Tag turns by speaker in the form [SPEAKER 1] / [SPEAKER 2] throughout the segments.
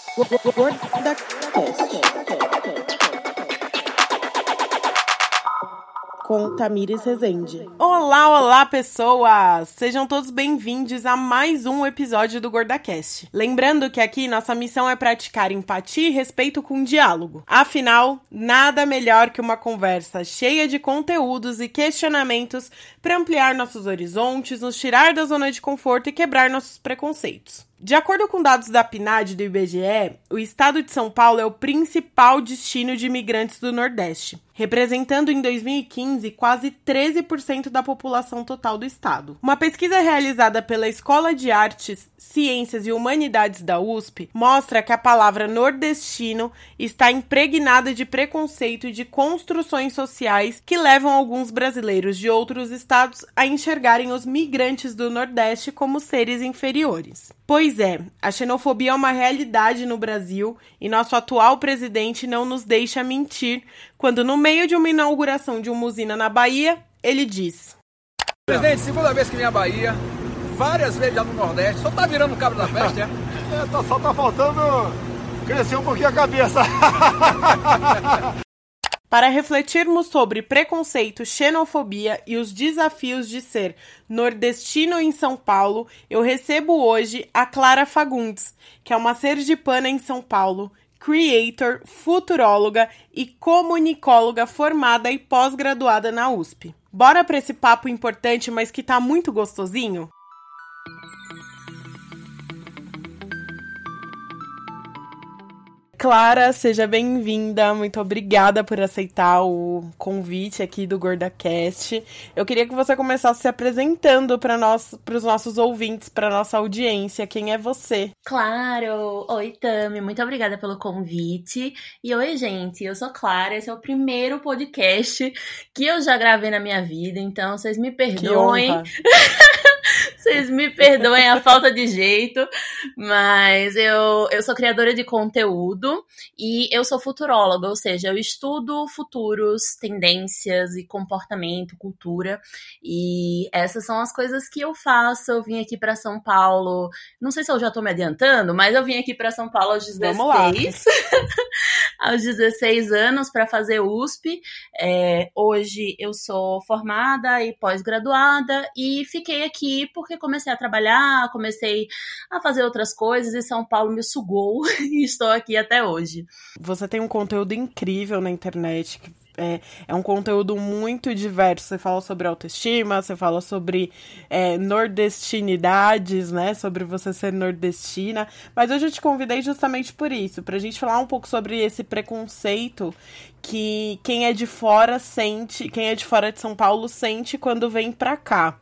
[SPEAKER 1] Com Tamires Rezende. Olá, pessoas! Sejam todos bem-vindos a mais um episódio do GordaCast. Lembrando que aqui nossa missão é praticar empatia e respeito com diálogo. Afinal, nada melhor que uma conversa cheia de conteúdos e questionamentos para ampliar nossos horizontes, nos tirar da zona de conforto e quebrar nossos preconceitos. De acordo com dados da PNAD e do IBGE, o estado de São Paulo é o principal destino de imigrantes do Nordeste, representando em 2015 quase 13% da população total do estado. Uma pesquisa realizada pela Escola de Artes, Ciências e Humanidades da USP mostra que a palavra nordestino está impregnada de preconceito e de construções sociais que levam alguns brasileiros de outros estados a enxergarem os migrantes do Nordeste como seres inferiores. Pois é, a xenofobia é uma realidade no Brasil e nosso atual presidente não nos deixa mentir quando, no meio de uma inauguração de uma usina na Bahia, ele diz:
[SPEAKER 2] Presidente, segunda vez que vem à Bahia, várias vezes já no Nordeste, só tá virando o cabo da peste,
[SPEAKER 3] Só tá faltando crescer um pouquinho a cabeça.
[SPEAKER 1] Para refletirmos sobre preconceito, xenofobia e os desafios de ser nordestino em São Paulo, eu recebo hoje a Clara Fagundes, que é uma sergipana em São Paulo, creator, futuróloga e comunicóloga formada e pós-graduada na USP. Bora para esse papo importante, mas que tá muito gostosinho? Clara, seja bem-vinda, muito obrigada por aceitar o convite aqui do GordaCast. Eu queria que você começasse se apresentando para os nossos ouvintes, para nossa audiência. Quem é você?
[SPEAKER 4] Claro! Oi, Tami, muito obrigada pelo convite. E oi, gente, eu sou Clara, esse é o primeiro podcast que eu já gravei na minha vida, então vocês me perdoem. Vocês me perdoem a falta de jeito, mas eu sou criadora de conteúdo e eu sou futuróloga, ou seja, eu estudo futuros, tendências e comportamento, cultura, e essas são as coisas que eu faço. Eu vim aqui para São Paulo, não sei se eu já tô me adiantando, mas eu vim aqui para São Paulo aos 16, aos 16 anos para fazer USP. Hoje eu sou formada e pós-graduada e fiquei aqui porque comecei a trabalhar, comecei a fazer outras coisas e São Paulo me sugou e estou aqui até hoje.
[SPEAKER 1] Você tem um conteúdo incrível na internet, é um conteúdo muito diverso. Você fala sobre autoestima, você fala sobre nordestinidades, né? Sobre você ser nordestina. Mas hoje eu te convidei justamente por isso, pra gente falar um pouco sobre esse preconceito que quem é de fora sente, quem é de fora de São Paulo sente quando vem pra cá.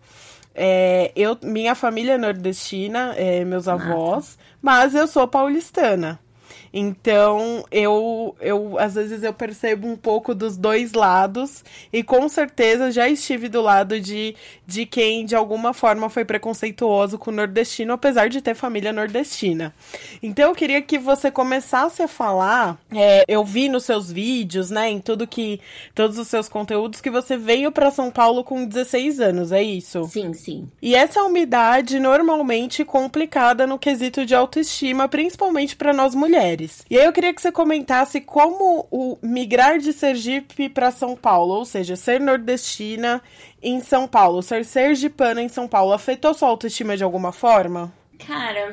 [SPEAKER 1] Minha família é nordestina, meus avós, mas eu sou paulistana. Então, eu às vezes eu percebo um pouco dos dois lados e com certeza já estive do lado de quem de alguma forma foi preconceituoso com o nordestino, apesar de ter família nordestina. Então, eu queria que você começasse a falar, eu vi nos seus vídeos, né, em todos os seus conteúdos, que você veio para São Paulo com 16 anos, é isso?
[SPEAKER 4] Sim, sim.
[SPEAKER 1] E essa é uma idade normalmente complicada no quesito de autoestima, principalmente para nós mulheres. E aí eu queria que você comentasse como o migrar de Sergipe para São Paulo, ou seja, ser nordestina em São Paulo, ser sergipana em São Paulo, afetou sua autoestima de alguma forma?
[SPEAKER 4] Cara,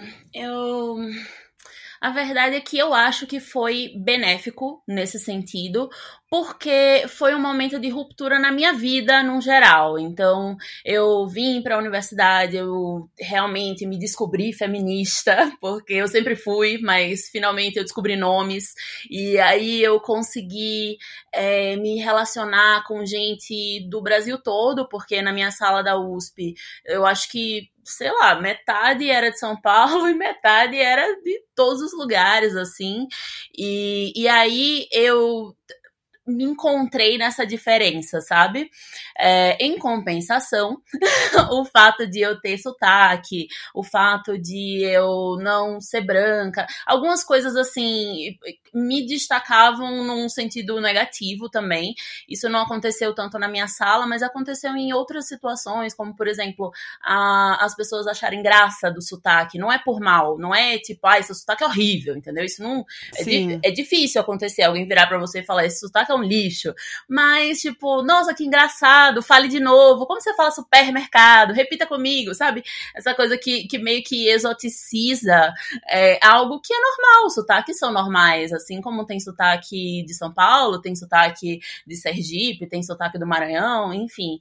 [SPEAKER 4] a verdade é que eu acho que foi benéfico nesse sentido, porque foi um momento de ruptura na minha vida, no geral. Então, eu vim para a universidade, eu realmente me descobri feminista, porque eu sempre fui, mas finalmente eu descobri nomes, e aí eu consegui me relacionar com gente do Brasil todo, porque na minha sala da USP, eu acho que, sei lá, metade era de São Paulo e metade era de todos os lugares, assim, e aí eu me encontrei nessa diferença, sabe? Em compensação, o fato de eu ter sotaque, o fato de eu não ser branca, algumas coisas assim me destacavam num sentido negativo também. Isso não aconteceu tanto na minha sala, mas aconteceu em outras situações, como por exemplo, as pessoas acharem graça do sotaque. Não é por mal, não é tipo, esse sotaque é horrível, entendeu? Isso não é difícil acontecer, alguém virar pra você e falar, esse sotaque é um lixo. Mas, tipo, nossa, que engraçado, fale de novo. Como você fala supermercado? Repita comigo, sabe? Essa coisa que meio que exoticiza algo que é normal. Sotaques são normais, assim como tem sotaque de São Paulo, tem sotaque de Sergipe, tem sotaque do Maranhão, enfim.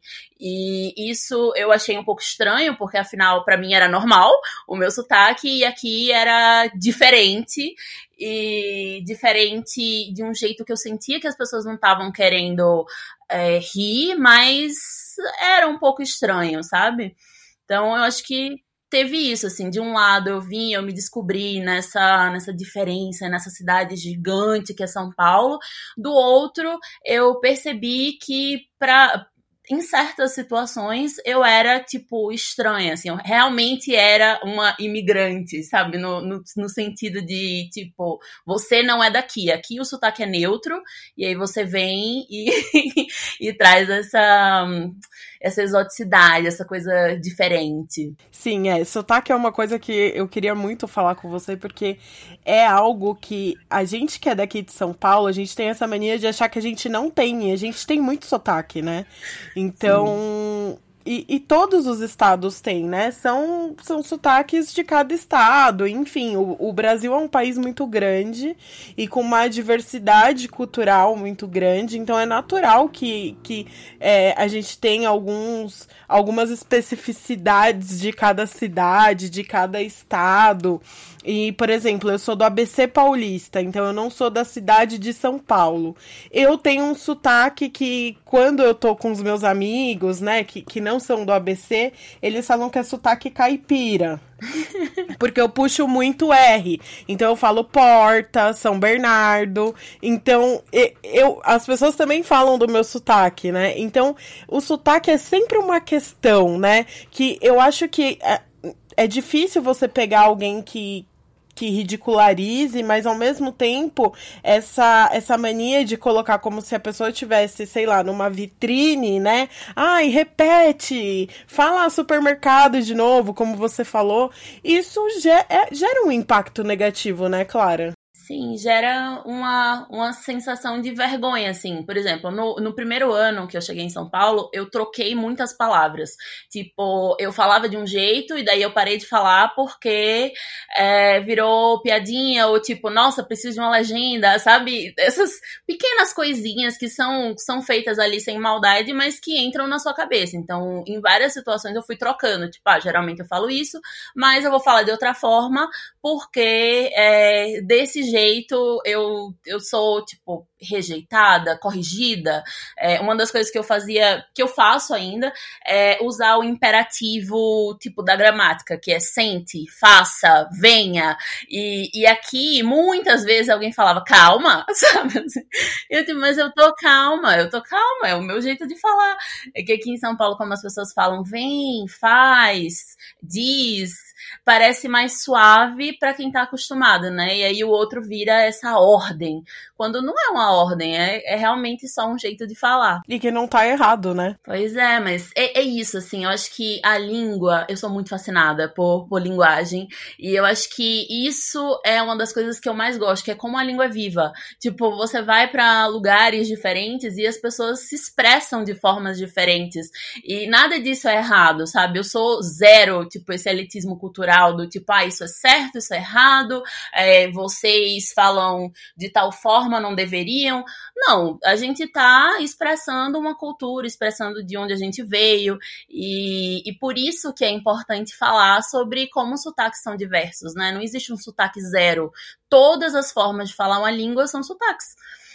[SPEAKER 4] E isso eu achei um pouco estranho, porque afinal, pra mim era normal o meu sotaque, e aqui era diferente. E diferente de um jeito que eu sentia que as pessoas não estavam querendo rir, mas era um pouco estranho, sabe? Então eu acho que teve isso, assim, de um lado eu me descobri nessa diferença, nessa cidade gigante que é São Paulo, do outro eu percebi que em certas situações, eu era, tipo, estranha, assim, eu realmente era uma imigrante, sabe, no sentido de, tipo, você não é daqui, aqui o sotaque é neutro, e aí você vem e traz essa exoticidade, essa coisa diferente.
[SPEAKER 1] Sim, sotaque é uma coisa que eu queria muito falar com você, porque é algo que a gente que é daqui de São Paulo, a gente tem essa mania de achar que a gente não tem, e a gente tem muito sotaque, né? Então, e todos os estados têm, né? São sotaques de cada estado. Enfim, o Brasil é um país muito grande e com uma diversidade cultural muito grande. Então, é natural que a gente tenha algumas especificidades de cada cidade, de cada estado. E, por exemplo, eu sou do ABC Paulista, então eu não sou da cidade de São Paulo. Eu tenho um sotaque que, quando eu tô com os meus amigos, né, que não são do ABC, eles falam que é sotaque caipira. Porque eu puxo muito R. Então eu falo Porta, São Bernardo. Então, as pessoas também falam do meu sotaque, né? Então, o sotaque é sempre uma questão, né? Que eu acho que é difícil você pegar alguém que ridicularize, mas ao mesmo tempo essa mania de colocar como se a pessoa estivesse, sei lá, numa vitrine, né? Ai, repete, fala supermercado de novo, como você falou. Isso gera um impacto negativo, né, Clara?
[SPEAKER 4] Sim, gera uma sensação de vergonha, assim. Por exemplo, no primeiro ano que eu cheguei em São Paulo, eu troquei muitas palavras. Tipo, eu falava de um jeito e daí eu parei de falar porque virou piadinha ou tipo, nossa, preciso de uma legenda, sabe? Essas pequenas coisinhas que são feitas ali sem maldade, mas que entram na sua cabeça. Então, em várias situações eu fui trocando. Tipo, geralmente eu falo isso, mas eu vou falar de outra forma porque desse jeito eu sou, tipo, rejeitada, corrigida. Uma das coisas que eu faço ainda, é usar o imperativo, tipo, da gramática, que é sente, faça, venha. E aqui, muitas vezes alguém falava, calma, sabe? Mas eu tô calma, é o meu jeito de falar. É que aqui em São Paulo, como as pessoas falam, vem, faz, diz, parece mais suave pra quem tá acostumado, né? E aí o outro vira essa ordem, quando não é uma ordem, é realmente só um jeito de falar.
[SPEAKER 1] E que não tá errado, né?
[SPEAKER 4] Pois é, mas é isso, assim, eu acho que a língua, eu sou muito fascinada por linguagem, e eu acho que isso é uma das coisas que eu mais gosto, que é como a língua é viva. Tipo, você vai pra lugares diferentes e as pessoas se expressam de formas diferentes, e nada disso é errado, sabe? Eu sou zero, tipo, esse elitismo cultural do tipo, isso é certo, isso é errado, vocês falam de tal forma, não deveriam. Não, a gente tá expressando uma cultura, expressando de onde a gente veio, e por isso que é importante falar sobre como os sotaques são diversos, né? Não existe um sotaque zero. Todas as formas de falar uma língua são sotaques.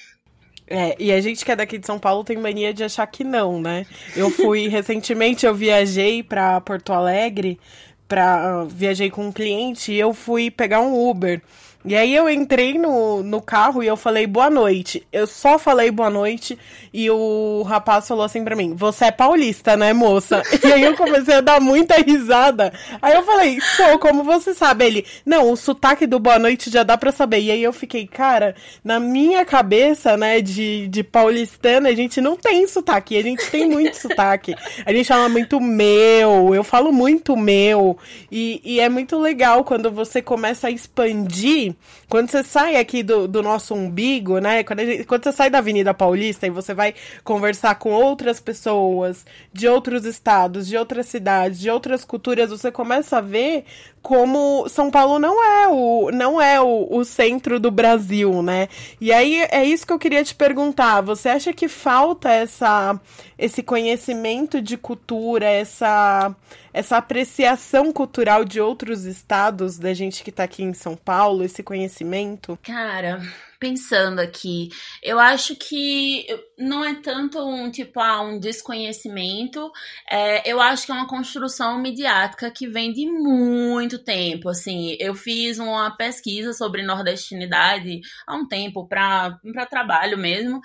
[SPEAKER 1] E a gente que é daqui de São Paulo tem mania de achar que não, né? Recentemente eu viajei pra Porto Alegre, viajei com um cliente e eu fui pegar um Uber. E aí eu entrei no carro e eu falei boa noite. Eu só falei boa noite e o rapaz falou assim pra mim, você é paulista, né, moça? E aí eu comecei a dar muita risada. Aí eu falei, sou, como você sabe? Ele, não, o sotaque do boa noite já dá pra saber. E aí eu fiquei, cara, na minha cabeça, né, de paulistana, a gente não tem sotaque, a gente tem muito sotaque. A gente fala muito meu, eu falo muito meu. E é muito legal quando você começa a expandir. Quando você sai aqui do nosso umbigo, né? Quando você sai da Avenida Paulista e você vai conversar com outras pessoas de outros estados, de outras cidades, de outras culturas, você começa a ver como São Paulo não é o centro do Brasil, né? E aí é isso que eu queria te perguntar. Você acha que falta esse conhecimento de cultura, essa apreciação cultural de outros estados, da gente que tá aqui em São Paulo, esse conhecimento?
[SPEAKER 4] Cara, pensando aqui, eu acho que não é tanto um desconhecimento, eu acho que é uma construção midiática que vem de muito tempo, assim. Eu fiz uma pesquisa sobre nordestinidade há um tempo para trabalho mesmo,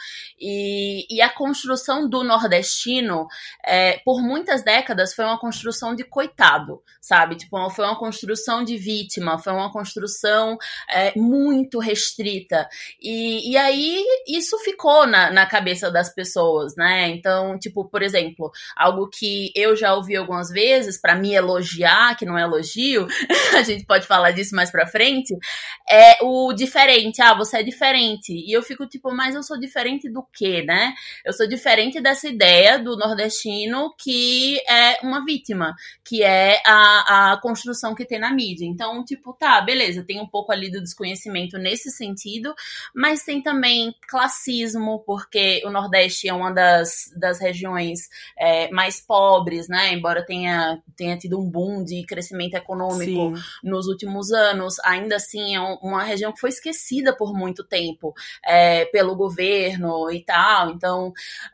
[SPEAKER 4] e a construção do nordestino, por muitas décadas, foi uma construção de coitado, sabe? Tipo, foi uma construção de vítima, foi uma construção muito restrita. E aí isso ficou na cabeça das pessoas, né? Então, tipo, por exemplo, algo que eu já ouvi algumas vezes pra me elogiar, que não é elogio, a gente pode falar disso mais pra frente, é o diferente. Ah, você é diferente. E eu fico tipo, mas eu sou diferente do quê, né? Eu sou diferente dessa ideia do nordestino que é uma vítima, que é a construção que tem na mídia. Então, tipo, tá, beleza, tem um pouco ali do desconhecimento nesse sentido, mas tem também classismo, porque o Nordeste é uma das regiões mais pobres, né? Embora tenha tido um boom de crescimento econômico, sim, nos últimos anos, ainda assim é uma região que foi esquecida por muito tempo pelo governo e tal. Então,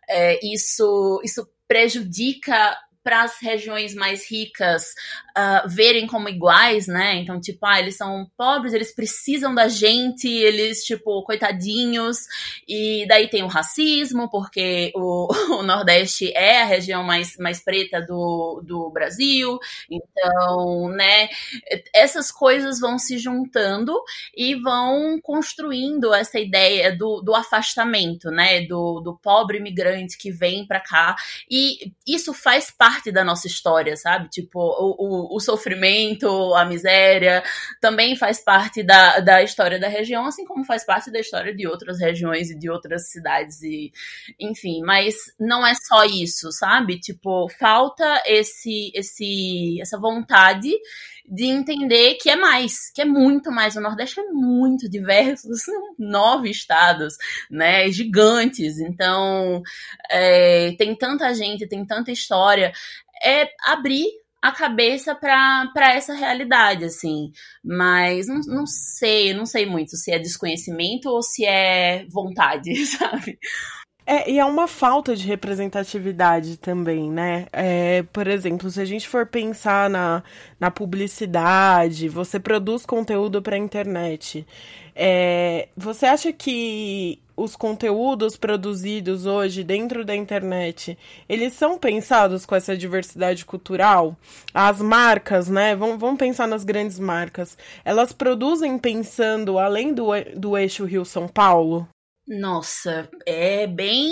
[SPEAKER 4] isso prejudica para as regiões mais ricas verem como iguais, né? Então, tipo, eles são pobres, eles precisam da gente, eles, tipo, coitadinhos. E daí tem o racismo, porque o Nordeste é a região mais preta do Brasil. Então, né, essas coisas vão se juntando e vão construindo essa ideia do afastamento, né? Do pobre imigrante que vem para cá. E isso faz parte da nossa história, sabe? Tipo, o sofrimento, a miséria, também faz parte da história da região, assim como faz parte da história de outras regiões e de outras cidades, e enfim, mas não é só isso, sabe? Tipo, falta essa vontade de entender que é muito mais. O Nordeste é muito diverso, são 9 estados, né, gigantes, então tem tanta gente, tem tanta história, abrir a cabeça para essa realidade, assim, mas não sei muito se é desconhecimento ou se é vontade, sabe?
[SPEAKER 1] E é uma falta de representatividade também, né? Por exemplo, se a gente for pensar na publicidade, você produz conteúdo para a internet. Você acha que os conteúdos produzidos hoje dentro da internet, eles são pensados com essa diversidade cultural? As marcas, né? Vamos pensar nas grandes marcas. Elas produzem pensando além do eixo Rio-São Paulo?
[SPEAKER 4] Nossa, é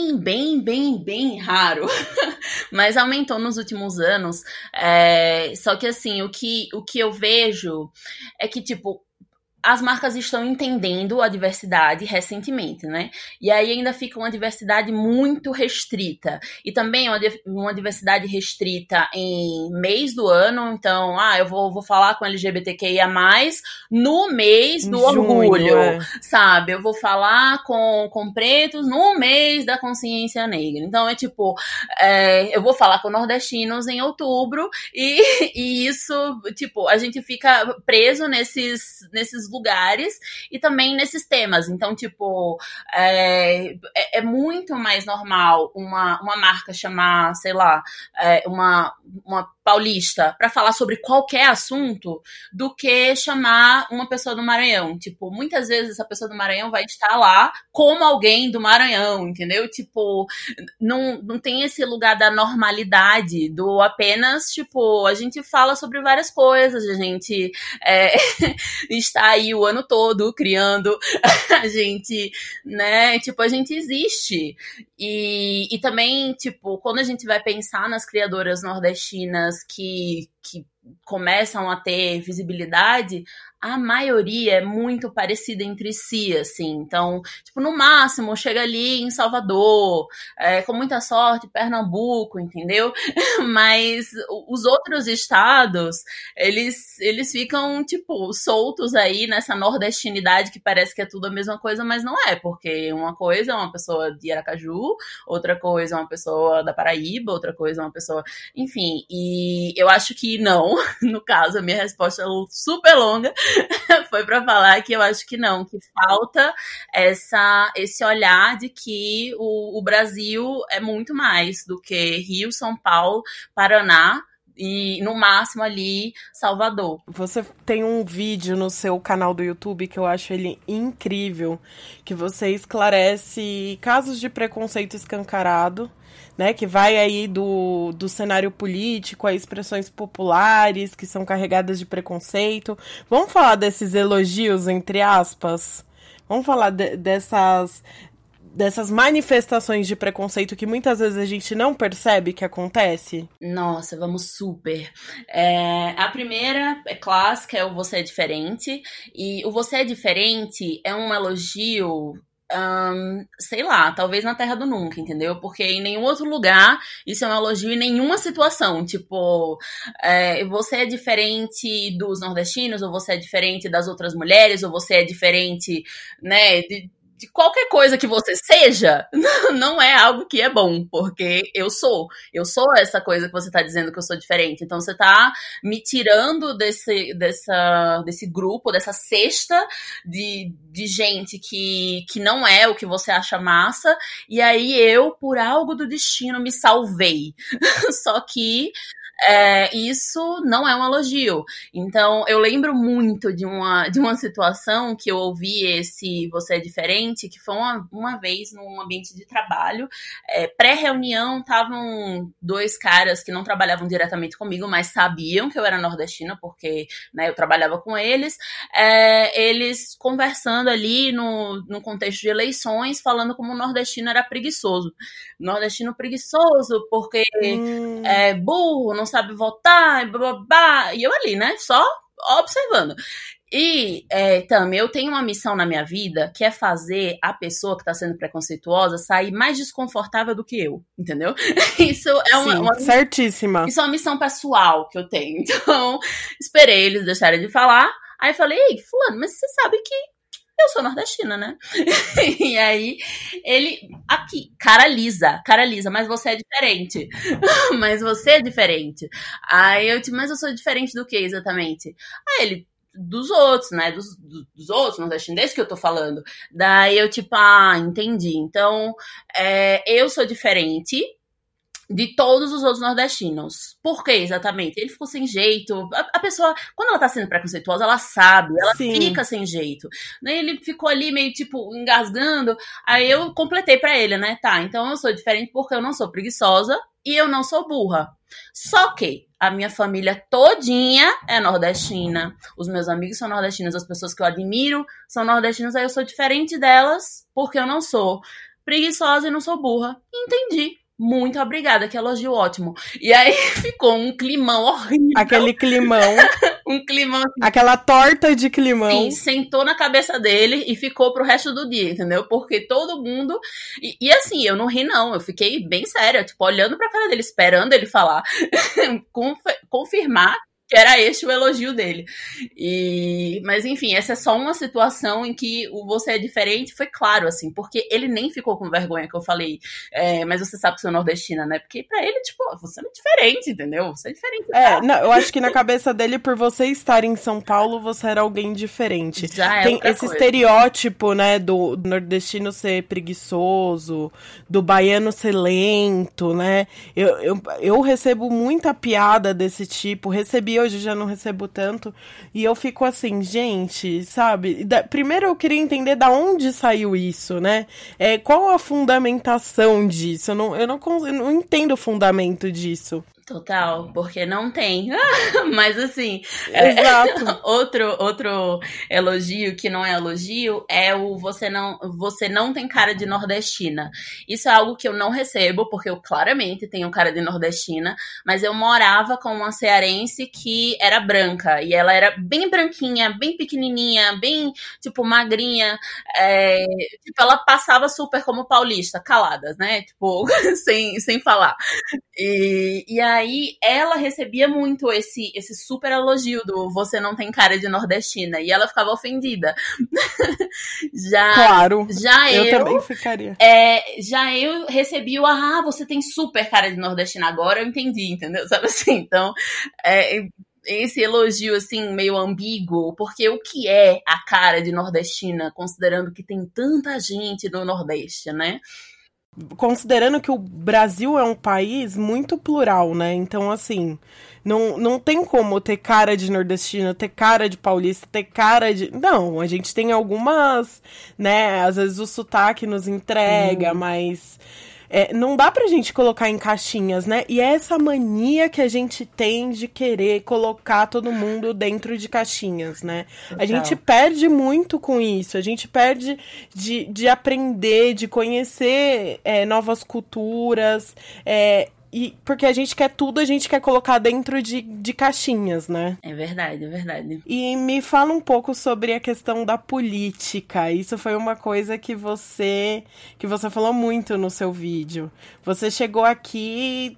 [SPEAKER 4] bem raro, mas aumentou nos últimos anos. Só que assim, o que eu vejo é que, tipo, as marcas estão entendendo a diversidade recentemente, né? E aí ainda fica uma diversidade muito restrita. E também uma diversidade restrita em mês do ano. Então, eu vou falar com LGBTQIA+, no mês do orgulho, sabe? Eu vou falar com pretos no mês da consciência negra. Então, tipo, eu vou falar com nordestinos em outubro e isso, tipo, a gente fica preso nesses lugares e também nesses temas. Então, tipo, é muito mais normal uma marca chamar, sei lá, uma paulista para falar sobre qualquer assunto do que chamar uma pessoa do Maranhão. Tipo, muitas vezes essa pessoa do Maranhão vai estar lá como alguém do Maranhão, entendeu? Tipo, não tem esse lugar da normalidade, do apenas, tipo, a gente fala sobre várias coisas, a gente está aí o ano todo criando, a gente, né, tipo, a gente existe. E também, tipo, quando a gente vai pensar nas criadoras nordestinas que começam a ter visibilidade, a maioria é muito parecida entre si, assim. Então, tipo, no máximo, chega ali em Salvador, com muita sorte, Pernambuco, entendeu? Mas os outros estados, eles ficam, tipo, soltos aí nessa nordestinidade que parece que é tudo a mesma coisa, mas não é, porque uma coisa é uma pessoa de Aracaju, outra coisa é uma pessoa da Paraíba, outra coisa é uma pessoa... Enfim, e eu acho que não, no caso, a minha resposta é super longa, foi pra falar que eu acho que não, que falta esse olhar de que o Brasil é muito mais do que Rio, São Paulo, Paraná e, no máximo, ali, Salvador.
[SPEAKER 1] Você tem um vídeo no seu canal do YouTube que eu acho ele incrível, que você esclarece casos de preconceito escancarado, né, que vai aí do cenário político a expressões populares que são carregadas de preconceito. Vamos falar desses elogios, entre aspas? Vamos falar dessas manifestações de preconceito que muitas vezes a gente não percebe que acontece?
[SPEAKER 4] Nossa, vamos super. A primeira é clássica, é o Você é Diferente. E o Você é Diferente é um elogio... sei lá, talvez na Terra do Nunca, entendeu? Porque em nenhum outro lugar isso é um elogio em nenhuma situação. Tipo, você é diferente dos nordestinos, ou você é diferente das outras mulheres, ou você é diferente, né, de qualquer coisa que você seja, não é algo que é bom, porque eu sou essa coisa que você tá dizendo que eu sou diferente. Então você tá me tirando desse grupo, dessa cesta de gente que não é o que você acha massa, e aí eu, por algo do destino, me salvei. Só que isso não é um elogio. Então, eu lembro muito de uma situação que eu ouvi esse Você é Diferente, que foi uma vez num ambiente de trabalho. Pré-reunião, estavam 2 caras que não trabalhavam diretamente comigo, mas sabiam que eu era nordestina, porque, né, eu trabalhava com eles. Eles conversando ali no contexto de eleições, falando como o nordestino era preguiçoso. Nordestino preguiçoso, porque é burro, não sabe votar, e blá, blá, blá. E eu ali, né, só observando. E, Tami, eu tenho uma missão na minha vida, que é fazer a pessoa que tá sendo preconceituosa sair mais desconfortável do que eu, entendeu? Isso é uma
[SPEAKER 1] certíssima.
[SPEAKER 4] Isso é uma missão pessoal que eu tenho. Então, esperei eles deixarem de falar. Aí falei, ei, fulano, mas você sabe que eu sou nordestina, né? E aí, ele, aqui, cara lisa, mas você é diferente. Mas você é diferente. Aí eu disse, mas eu sou diferente do que exatamente? Aí ele, dos outros, né? Dos outros nordestinos, desse que eu tô falando. Daí eu, tipo, entendi. Então, eu sou diferente de todos os outros nordestinos. Por que exatamente? Ele ficou sem jeito. A pessoa, quando ela tá sendo preconceituosa, ela sabe, ela fica sem jeito. Daí ele ficou ali meio, tipo, engasgando. Aí eu completei pra ele, né? Tá, então eu sou diferente porque eu não sou preguiçosa e eu não sou burra. Só que a minha família todinha é nordestina. Os meus amigos são nordestinos, as pessoas que eu admiro são nordestinas. Aí eu sou diferente delas porque eu não sou preguiçosa e não sou burra. Entendi. Muito obrigada, que elogio ótimo. E aí ficou um climão horrível.
[SPEAKER 1] Aquele climão.
[SPEAKER 4] Um climão assim.
[SPEAKER 1] Aquela torta de climão.
[SPEAKER 4] Sim, sentou na cabeça dele e ficou pro resto do dia, entendeu? Porque todo mundo... E assim, eu não ri não, eu fiquei bem séria, tipo, olhando pra cara dele, esperando ele falar. Confirmar que era este o elogio dele. Mas enfim, essa é só uma situação em que o você é diferente, foi claro, assim, porque ele nem ficou com vergonha que eu falei, mas você sabe que sou nordestina, né? Porque pra ele, tipo, você não é diferente, entendeu? Você é diferente. Tá?
[SPEAKER 1] Não, eu acho que na cabeça dele, por você estar em São Paulo, você era alguém diferente.
[SPEAKER 4] Já
[SPEAKER 1] tem esse estereótipo, né, do nordestino ser preguiçoso, do baiano ser lento, né? Eu recebo muita piada desse tipo, recebi hoje, já não recebo tanto, e eu fico assim, gente, sabe? Primeiro eu queria entender da onde saiu isso, né? Qual a fundamentação disso? Eu não entendo o fundamento disso.
[SPEAKER 4] Total, porque não tem. Mas assim,
[SPEAKER 1] exato.
[SPEAKER 4] Outro elogio que não é elogio é o você não tem cara de nordestina. Isso é algo que eu não recebo, porque eu claramente tenho cara de nordestina, mas eu morava com uma cearense que era branca, e ela era bem branquinha, bem pequenininha, bem, tipo, magrinha, tipo, ela passava super como paulista, caladas, né, tipo, sem falar. E aí ela recebia muito esse super elogio do você não tem cara de nordestina, e ela ficava ofendida.
[SPEAKER 1] Claro, eu
[SPEAKER 4] eu
[SPEAKER 1] também ficaria.
[SPEAKER 4] Já eu recebi você tem super cara de nordestina, agora eu entendi, entendeu? Sabe assim? Então, esse elogio, assim, meio ambíguo, porque o que é a cara de nordestina, considerando que tem tanta gente no Nordeste, né?
[SPEAKER 1] Considerando que o Brasil é um país muito plural, né? Então, assim, não tem como ter cara de nordestino, ter cara de paulista, ter cara de... Não, a gente tem algumas, né? Às vezes o sotaque nos entrega, mas... não dá pra gente colocar em caixinhas, né? E é essa mania que a gente tem de querer colocar todo mundo dentro de caixinhas, né? A gente perde muito com isso. A gente perde de aprender, de conhecer novas culturas, porque a gente quer tudo, a gente quer colocar dentro de caixinhas, né?
[SPEAKER 4] É verdade, é verdade.
[SPEAKER 1] E me fala um pouco sobre a questão da política. Isso foi uma coisa que você falou muito no seu vídeo. Você chegou aqui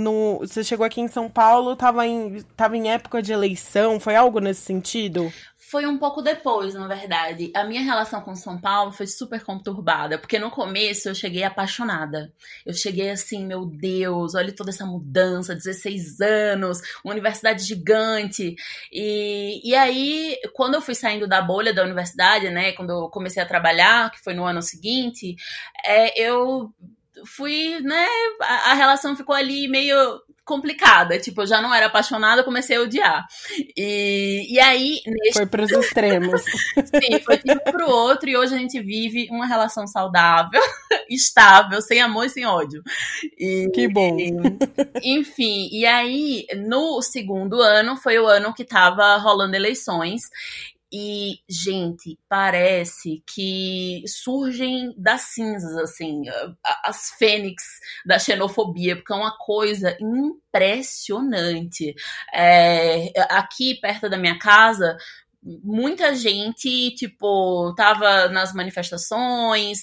[SPEAKER 1] em São Paulo, tava em época de eleição, foi algo nesse sentido?
[SPEAKER 4] Foi um pouco depois, na verdade. A minha relação com São Paulo foi super conturbada, porque no começo eu cheguei apaixonada. Eu cheguei assim, meu Deus, olha toda essa mudança, 16 anos, uma universidade gigante. E aí, quando eu fui saindo da bolha da universidade, né, quando eu comecei a trabalhar, que foi no ano seguinte, eu fui, né, a relação ficou ali meio complicada, tipo, eu já não era apaixonada, comecei a odiar. E aí...
[SPEAKER 1] Foi pros extremos.
[SPEAKER 4] Sim, foi de um pro outro, e hoje a gente vive uma relação saudável, estável, sem amor e sem ódio.
[SPEAKER 1] Que bom.
[SPEAKER 4] Enfim, e aí, no segundo ano, foi o ano que tava rolando eleições, e, gente, parece que surgem das cinzas, assim, as fênix da xenofobia, porque é uma coisa impressionante. Aqui, perto da minha casa, muita gente, tipo, tava nas manifestações,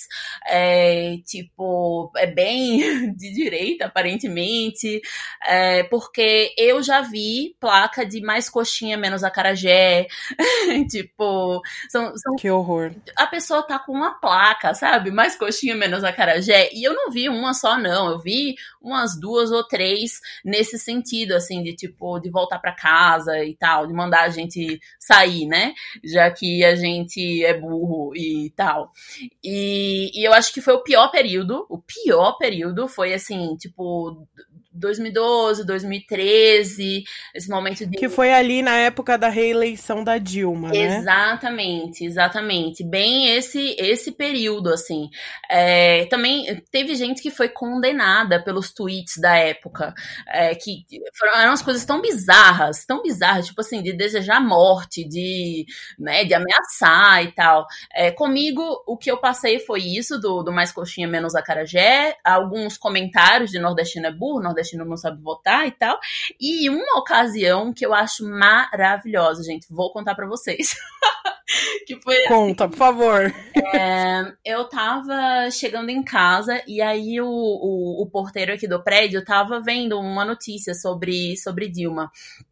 [SPEAKER 4] tipo, bem de direita, aparentemente, porque eu já vi placa de mais coxinha, menos acarajé, tipo,
[SPEAKER 1] que horror.
[SPEAKER 4] A pessoa tá com uma placa, sabe? Mais coxinha, menos acarajé, e eu não vi uma só, não, eu vi umas 2 ou 3 nesse sentido, assim, de tipo, de voltar pra casa e tal, de mandar a gente sair, né? Já que a gente é burro e tal. E eu acho que foi o pior período. O pior período foi, assim, tipo... 2012, 2013, esse momento de...
[SPEAKER 1] Que foi ali na época da reeleição da Dilma, né?
[SPEAKER 4] Exatamente. Bem esse período, assim. Também teve gente que foi condenada pelos tweets da época, que eram umas coisas tão bizarras, tipo assim, de desejar morte, de ameaçar e tal. Comigo, o que eu passei foi isso, do mais coxinha, menos acarajé, alguns comentários de nordestino é burro, nordestino não sabe votar e tal, e uma ocasião que eu acho maravilhosa, gente, vou contar pra vocês. Que foi,
[SPEAKER 1] conta, por favor.
[SPEAKER 4] Eu tava chegando em casa e aí o porteiro aqui do prédio tava vendo uma notícia sobre Dilma.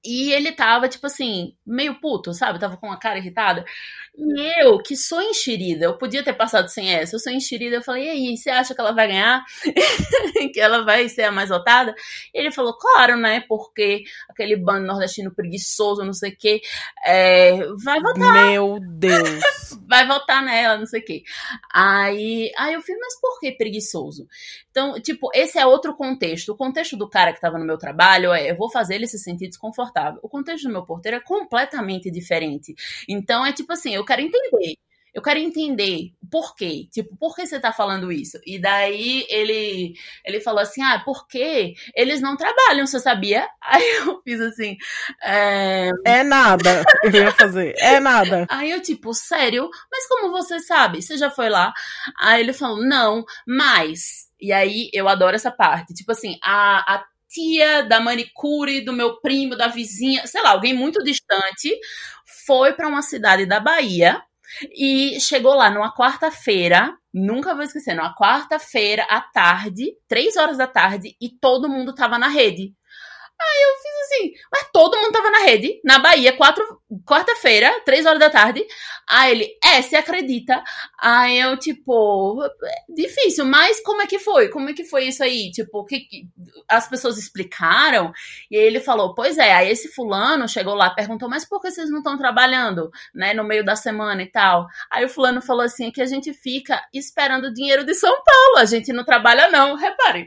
[SPEAKER 4] E ele tava, tipo assim, meio puto, sabe? Tava com uma cara irritada. E eu, que sou enxerida, eu podia ter passado sem essa, eu sou enxerida, eu falei, e aí, você acha que ela vai ganhar? Que ela vai ser a mais votada? E ele falou, claro, né? Porque aquele bando nordestino preguiçoso, não sei o quê, vai votar.
[SPEAKER 1] Meu Deus.
[SPEAKER 4] Vai votar nela, não sei o quê. Aí eu falei, mas por que preguiçoso? Então, tipo, esse é outro contexto. O contexto do cara que tava no meu trabalho eu vou fazer ele se sentir desconfortável. O contexto do meu porteiro é completamente diferente. Então, é tipo assim, eu quero entender o porquê. Tipo, por que você tá falando isso? E daí ele falou assim, porque eles não trabalham, você sabia? Aí eu fiz assim...
[SPEAKER 1] É nada, eu ia fazer. É nada.
[SPEAKER 4] Aí eu tipo, sério? Mas como você sabe? Você já foi lá? Aí ele falou, não, mas... E aí eu adoro essa parte. Tipo assim, a tia da manicure, do meu primo, da vizinha, sei lá, alguém muito distante, foi pra uma cidade da Bahia e chegou lá numa quarta-feira, nunca vou esquecer, numa quarta-feira à tarde, 3 horas da tarde, e todo mundo tava na rede. Aí eu fiz assim, mas todo mundo tava na rede, na Bahia, quarta-feira, 3 horas da tarde. Aí ele, você acredita? Aí eu, tipo, difícil, mas como é que foi? Como é que foi isso aí? Tipo, que as pessoas explicaram? E aí ele falou, pois é, aí esse fulano chegou lá, perguntou, mas por que vocês não estão trabalhando, né, no meio da semana e tal? Aí o fulano falou assim, que a gente fica esperando o dinheiro de São Paulo, a gente não trabalha não, reparem.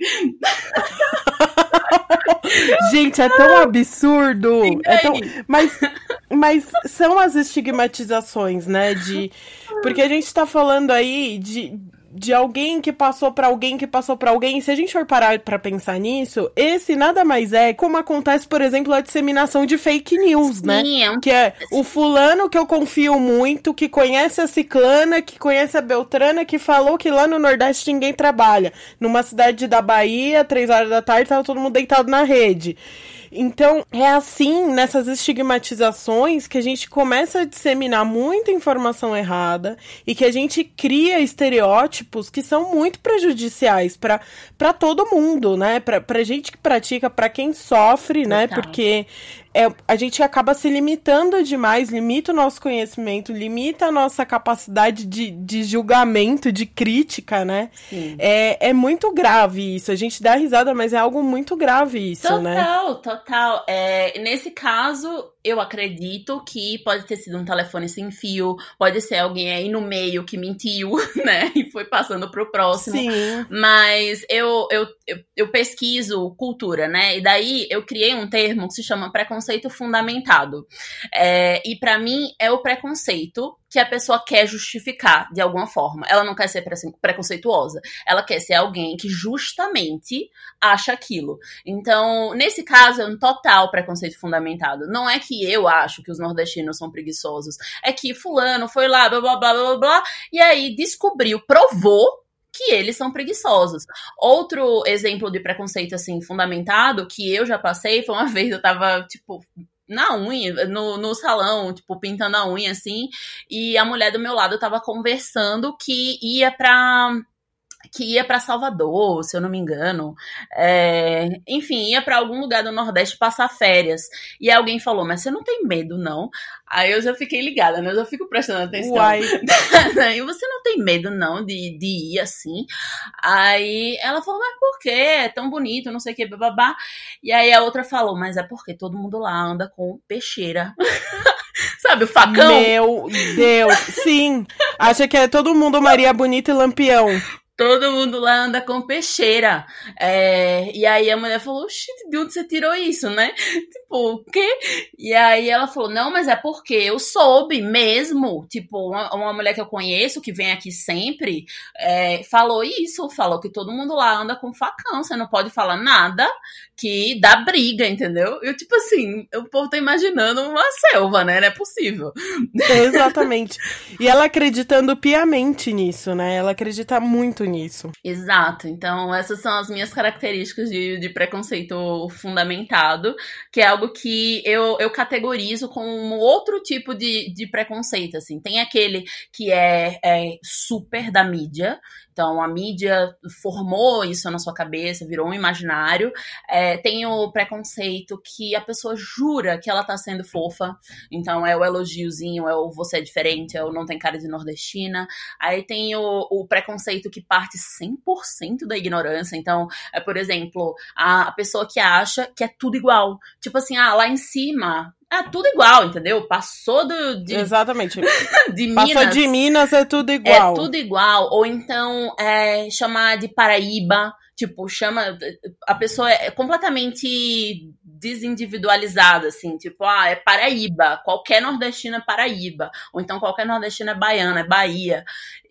[SPEAKER 1] Gente, é tão absurdo. Mas são as estigmatizações, né? Porque a gente tá falando aí de alguém que passou pra alguém que passou pra alguém. E se a gente for parar pra pensar nisso, esse nada mais é como acontece, por exemplo, a disseminação de fake news, né? Que é o fulano que eu confio muito, que conhece a ciclana, que conhece a beltrana, que falou que lá no Nordeste ninguém trabalha. Numa cidade da Bahia, 3 horas da tarde, tava todo mundo deitado na rede. Então, é assim, nessas estigmatizações, que a gente começa a disseminar muita informação errada e que a gente cria estereótipos que são muito prejudiciais para todo mundo, né? Pra gente que pratica, para quem sofre, né? Porque a gente acaba se limitando demais, limita o nosso conhecimento, limita a nossa capacidade de julgamento, de crítica, né? É muito grave isso. A gente dá risada, mas é algo muito grave isso, né?
[SPEAKER 4] Total. Nesse caso, eu acredito que pode ter sido um telefone sem fio, pode ser alguém aí no meio que mentiu, né? E foi passando pro próximo.
[SPEAKER 1] Sim.
[SPEAKER 4] Mas eu pesquiso cultura, né? E daí eu criei um termo que se chama preconceito fundamentado. E pra mim é o preconceito que a pessoa quer justificar de alguma forma. Ela não quer ser preconceituosa. Ela quer ser alguém que justamente acha aquilo. Então, nesse caso, é um total preconceito fundamentado. Não é que eu acho que os nordestinos são preguiçosos. É que fulano foi lá, blá, blá, blá, blá, blá, e aí provou que eles são preguiçosos. Outro exemplo de preconceito, assim, fundamentado, que eu já passei, foi uma vez eu tava, tipo, na unha, no salão, tipo, pintando a unha, assim, e a mulher do meu lado tava conversando que ia pra Salvador, se eu não me engano. Enfim, ia pra algum lugar do Nordeste passar férias. E alguém falou, mas você não tem medo, não? Aí eu já fiquei ligada, né? Eu já fico prestando atenção.
[SPEAKER 1] Uai.
[SPEAKER 4] E você não tem medo, não, de ir assim? Aí ela falou, mas por quê? É tão bonito, não sei o que, bababá. E aí a outra falou, mas é porque todo mundo lá anda com peixeira. Sabe, o facão?
[SPEAKER 1] Meu Deus, sim. Acha que é todo mundo Maria Bonita e Lampião.
[SPEAKER 4] Todo mundo lá anda com peixeira. E aí a mulher falou, shit, de onde você tirou isso, né? Tipo, o quê? E aí ela falou, não, mas é porque eu soube mesmo. Tipo, uma mulher que eu conheço, que vem aqui sempre, falou isso. Falou que todo mundo lá anda com facão. Você não pode falar nada que dá briga, entendeu? Eu, tipo assim, o povo tá imaginando uma selva, né? Não é possível.
[SPEAKER 1] Exatamente. E ela acreditando piamente nisso, né? Ela acredita muito muito nisso.
[SPEAKER 4] Exato. Então, essas são as minhas características de preconceito fundamentado, que é algo que eu categorizo como um outro tipo de preconceito, assim. Tem aquele que é super da mídia. Então, a mídia formou isso na sua cabeça, virou um imaginário. Tem o preconceito que a pessoa jura que ela tá sendo fofa. Então, é o elogiozinho, é o você é diferente, é o não tem cara de nordestina. Aí tem o preconceito que parte 100% da ignorância. Então, por exemplo, a pessoa que acha que é tudo igual. Tipo assim, lá em cima... É tudo igual, entendeu? Passou
[SPEAKER 1] Exatamente.
[SPEAKER 4] de Minas.
[SPEAKER 1] Passou de Minas, é tudo igual.
[SPEAKER 4] É tudo igual. Ou então, chamar de Paraíba. Tipo, chama... A pessoa é completamente desindividualizada, assim. Tipo, é Paraíba. Qualquer nordestino é Paraíba. Ou então qualquer nordestino é baiano, é Bahia.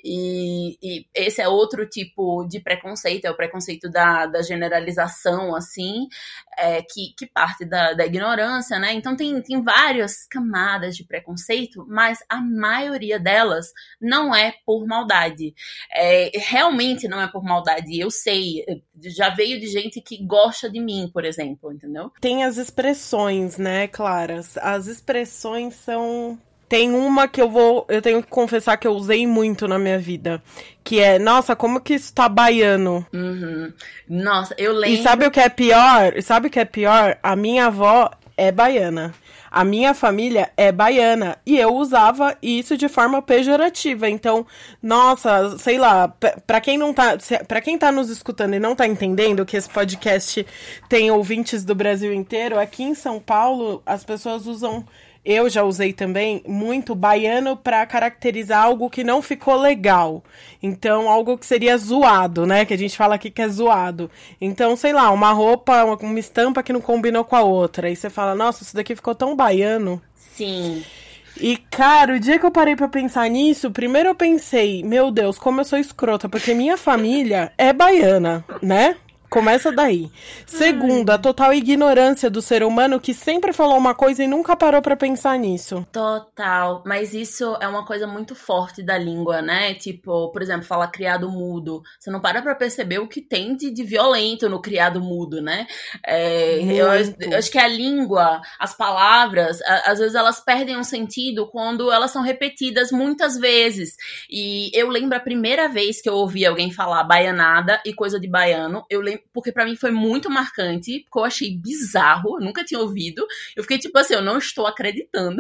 [SPEAKER 4] E esse é outro tipo de preconceito. É o preconceito da generalização, assim. Que parte da ignorância, né? Então tem várias camadas de preconceito, mas a maioria delas não é por maldade. Realmente não é por maldade. Eu sei... Já veio de gente que gosta de mim, por exemplo, entendeu?
[SPEAKER 1] Tem as expressões, né, Clara? As expressões são... Tem uma que eu tenho que confessar que eu usei muito na minha vida, que é, nossa, como que isso tá baiano?
[SPEAKER 4] Uhum. Nossa, eu lembro...
[SPEAKER 1] E sabe o que é pior? A minha avó é baiana. A minha família é baiana e eu usava isso de forma pejorativa. Então, nossa, sei lá, pra quem tá nos escutando e não tá entendendo que esse podcast tem ouvintes do Brasil inteiro, aqui em São Paulo as pessoas usam, eu já usei também, muito baiano pra caracterizar algo que não ficou legal. Então, algo que seria zoado, né? Que a gente fala aqui que é zoado. Então, sei lá, uma roupa, uma estampa que não combinou com a outra. Aí você fala, nossa, isso daqui ficou tão baiano.
[SPEAKER 4] Sim.
[SPEAKER 1] E, cara, o dia que eu parei pra pensar nisso, primeiro eu pensei, meu Deus, como eu sou escrota, porque minha família é baiana, né? Começa daí. Segundo, a total ignorância do ser humano que sempre falou uma coisa e nunca parou pra pensar nisso.
[SPEAKER 4] Total. Mas isso é uma coisa muito forte da língua, né? Tipo, por exemplo, falar criado mudo. Você não para pra perceber o que tem de violento no criado mudo, né? Eu acho que a língua, as palavras, às vezes elas perdem um sentido quando elas são repetidas muitas vezes. E eu lembro a primeira vez que eu ouvi alguém falar baianada e coisa de baiano, eu lembro porque pra mim foi muito marcante, porque eu achei bizarro, eu nunca tinha ouvido. Eu fiquei tipo assim, eu não estou acreditando.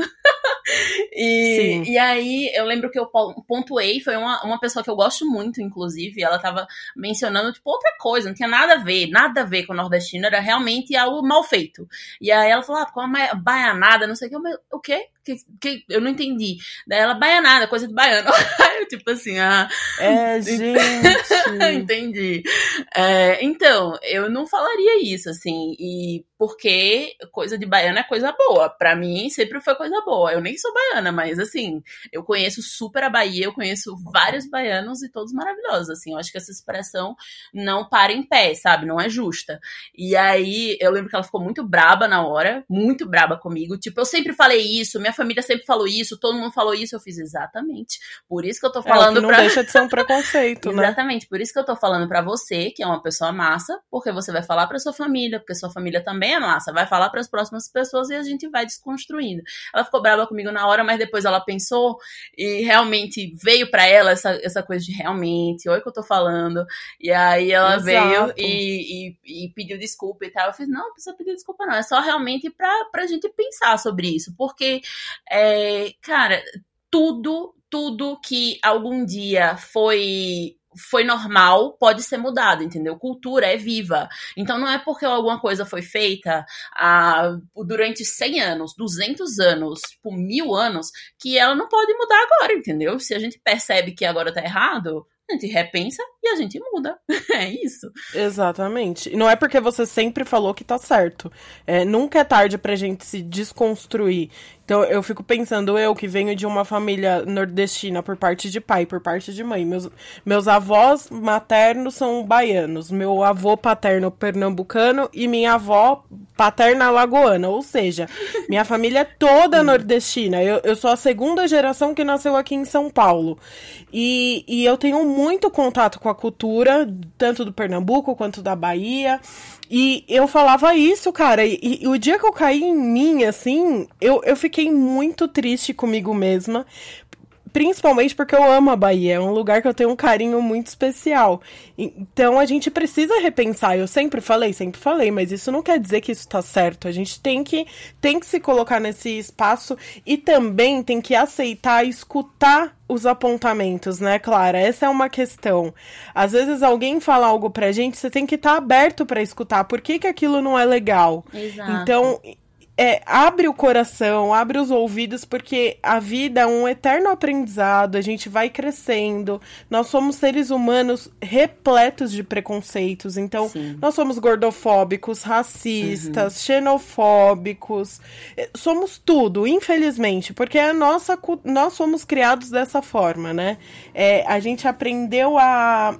[SPEAKER 4] E aí eu lembro que eu pontuei, foi uma pessoa que eu gosto muito, inclusive, ela tava mencionando tipo outra coisa, não tinha nada a ver com o nordestino, era realmente algo mal feito. E aí ela falou, com a baianada, não sei o quê? Que eu não entendi. Daí ela, baianada, coisa de baiano. Eu, tipo assim,
[SPEAKER 1] gente.
[SPEAKER 4] Entendi. Então, eu não falaria isso, assim, e porque coisa de baiano é coisa boa. Pra mim, sempre foi coisa boa. Eu nem sou baiana, mas, assim, eu conheço super a Bahia, eu conheço vários baianos e todos maravilhosos, assim. Eu acho que essa expressão não para em pé, sabe? Não é justa. E aí, eu lembro que ela ficou muito braba na hora, muito braba comigo. Tipo, eu sempre falei isso, minha família sempre falou isso, todo mundo falou isso, eu fiz exatamente. Por isso que eu tô falando
[SPEAKER 1] não deixa de ser um preconceito, né?
[SPEAKER 4] Exatamente, por isso que eu tô falando pra você, que é uma pessoa massa, porque você vai falar pra sua família, porque sua família também é massa, vai falar pras próximas pessoas e a gente vai desconstruindo. Ela ficou brava comigo na hora, mas depois ela pensou e realmente veio pra ela essa coisa de realmente, olha o que eu tô falando. E aí ela veio e pediu desculpa e tal. Eu fiz, não precisa pedir desculpa não, é só realmente pra gente pensar sobre isso, porque cara, tudo que algum dia foi normal pode ser mudado, entendeu? Cultura é viva. Então não é porque alguma coisa foi feita durante 100 anos, 200 anos, por 1000 anos, que ela não pode mudar agora, entendeu? Se a gente percebe que agora tá errado, a gente repensa e a gente muda. É isso.
[SPEAKER 1] Exatamente. E não é porque você sempre falou que tá certo. Nunca é tarde pra gente se desconstruir. Então, eu fico pensando, eu que venho de uma família nordestina por parte de pai, por parte de mãe. Meus avós maternos são baianos. Meu avô paterno pernambucano e minha avó paterna alagoana. Ou seja, minha família é toda nordestina. Eu sou a segunda geração que nasceu aqui em São Paulo. E eu tenho muito contato com a cultura, tanto do Pernambuco quanto da Bahia. E eu falava isso, cara, e o dia que eu caí em mim, assim, eu fiquei muito triste comigo mesma, principalmente porque eu amo a Bahia, é um lugar que eu tenho um carinho muito especial. Então a gente precisa repensar, eu sempre falei, mas isso não quer dizer que isso tá certo. A gente tem que se colocar nesse espaço e também tem que aceitar, escutar os apontamentos, né, Clara? Essa é uma questão. Às vezes alguém fala algo pra gente, você tem que estar aberto pra escutar. Por que aquilo não é legal?
[SPEAKER 4] Exato.
[SPEAKER 1] Então, abre o coração, abre os ouvidos, porque a vida é um eterno aprendizado, a gente vai crescendo, nós somos seres humanos repletos de preconceitos, então nós somos gordofóbicos, racistas, xenofóbicos, somos tudo, infelizmente, porque nós somos criados dessa forma, né? A gente aprendeu a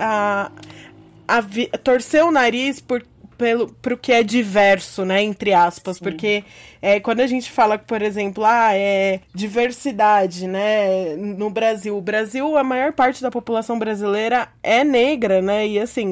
[SPEAKER 1] torcer o nariz pro que é diverso, né, entre aspas, porque quando a gente fala, por exemplo, diversidade, né, no Brasil, a maior parte da população brasileira é negra, né, e assim,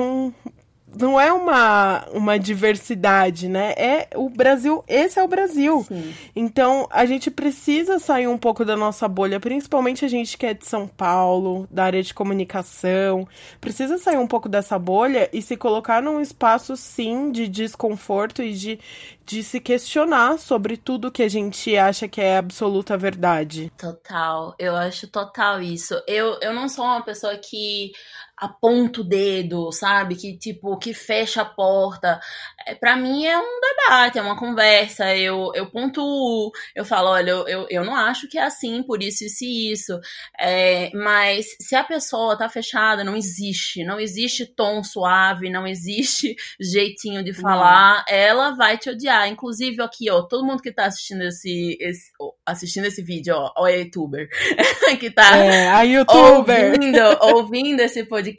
[SPEAKER 1] não é uma diversidade, né? O Brasil, esse é o Brasil.
[SPEAKER 4] Sim.
[SPEAKER 1] Então, a gente precisa sair um pouco da nossa bolha, principalmente a gente que é de São Paulo, da área de comunicação, precisa sair um pouco dessa bolha e se colocar num espaço, sim, de desconforto e de se questionar sobre tudo que a gente acha que é absoluta verdade.
[SPEAKER 4] Total, eu acho total isso. Eu não sou uma pessoa que aponta o dedo, sabe? Que fecha a porta. Pra mim é um debate, é uma conversa. Eu pontuo, eu falo, olha, eu não acho que é assim, por isso e isso. Mas se a pessoa tá fechada, não existe tom suave, não existe jeitinho de falar, ela vai te odiar. Inclusive, aqui, ó, todo mundo que tá assistindo esse vídeo, ó, é youtuber, que tá
[SPEAKER 1] a youtuber
[SPEAKER 4] ouvindo esse podcast,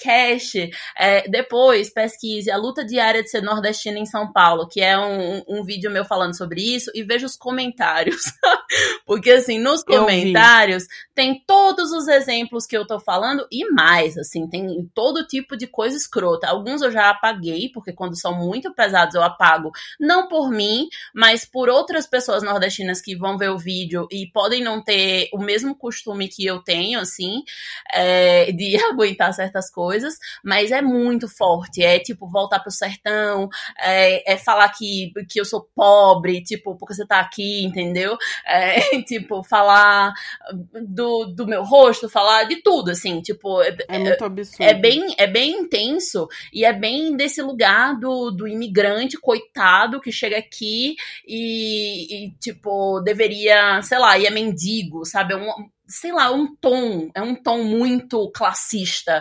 [SPEAKER 4] depois pesquise a luta diária de ser nordestina em São Paulo, que é um vídeo meu falando sobre isso, e veja os comentários. Porque, assim, nos comentários tem todos os exemplos que eu tô falando e mais, assim, tem todo tipo de coisa escrota. Alguns eu já apaguei, porque quando são muito pesados eu apago, não por mim, mas por outras pessoas nordestinas que vão ver o vídeo e podem não ter o mesmo costume que eu tenho, assim, de aguentar certas coisas, mas é muito forte, tipo, voltar pro sertão, falar que eu sou pobre, tipo, porque você tá aqui, entendeu? Tipo, falar do meu rosto, falar de tudo, assim, tipo,
[SPEAKER 1] é muito absurdo.
[SPEAKER 4] É bem intenso, e é bem desse lugar do imigrante, coitado, que chega aqui e tipo, deveria, sei lá, e é mendigo, sabe? É um tom muito classista.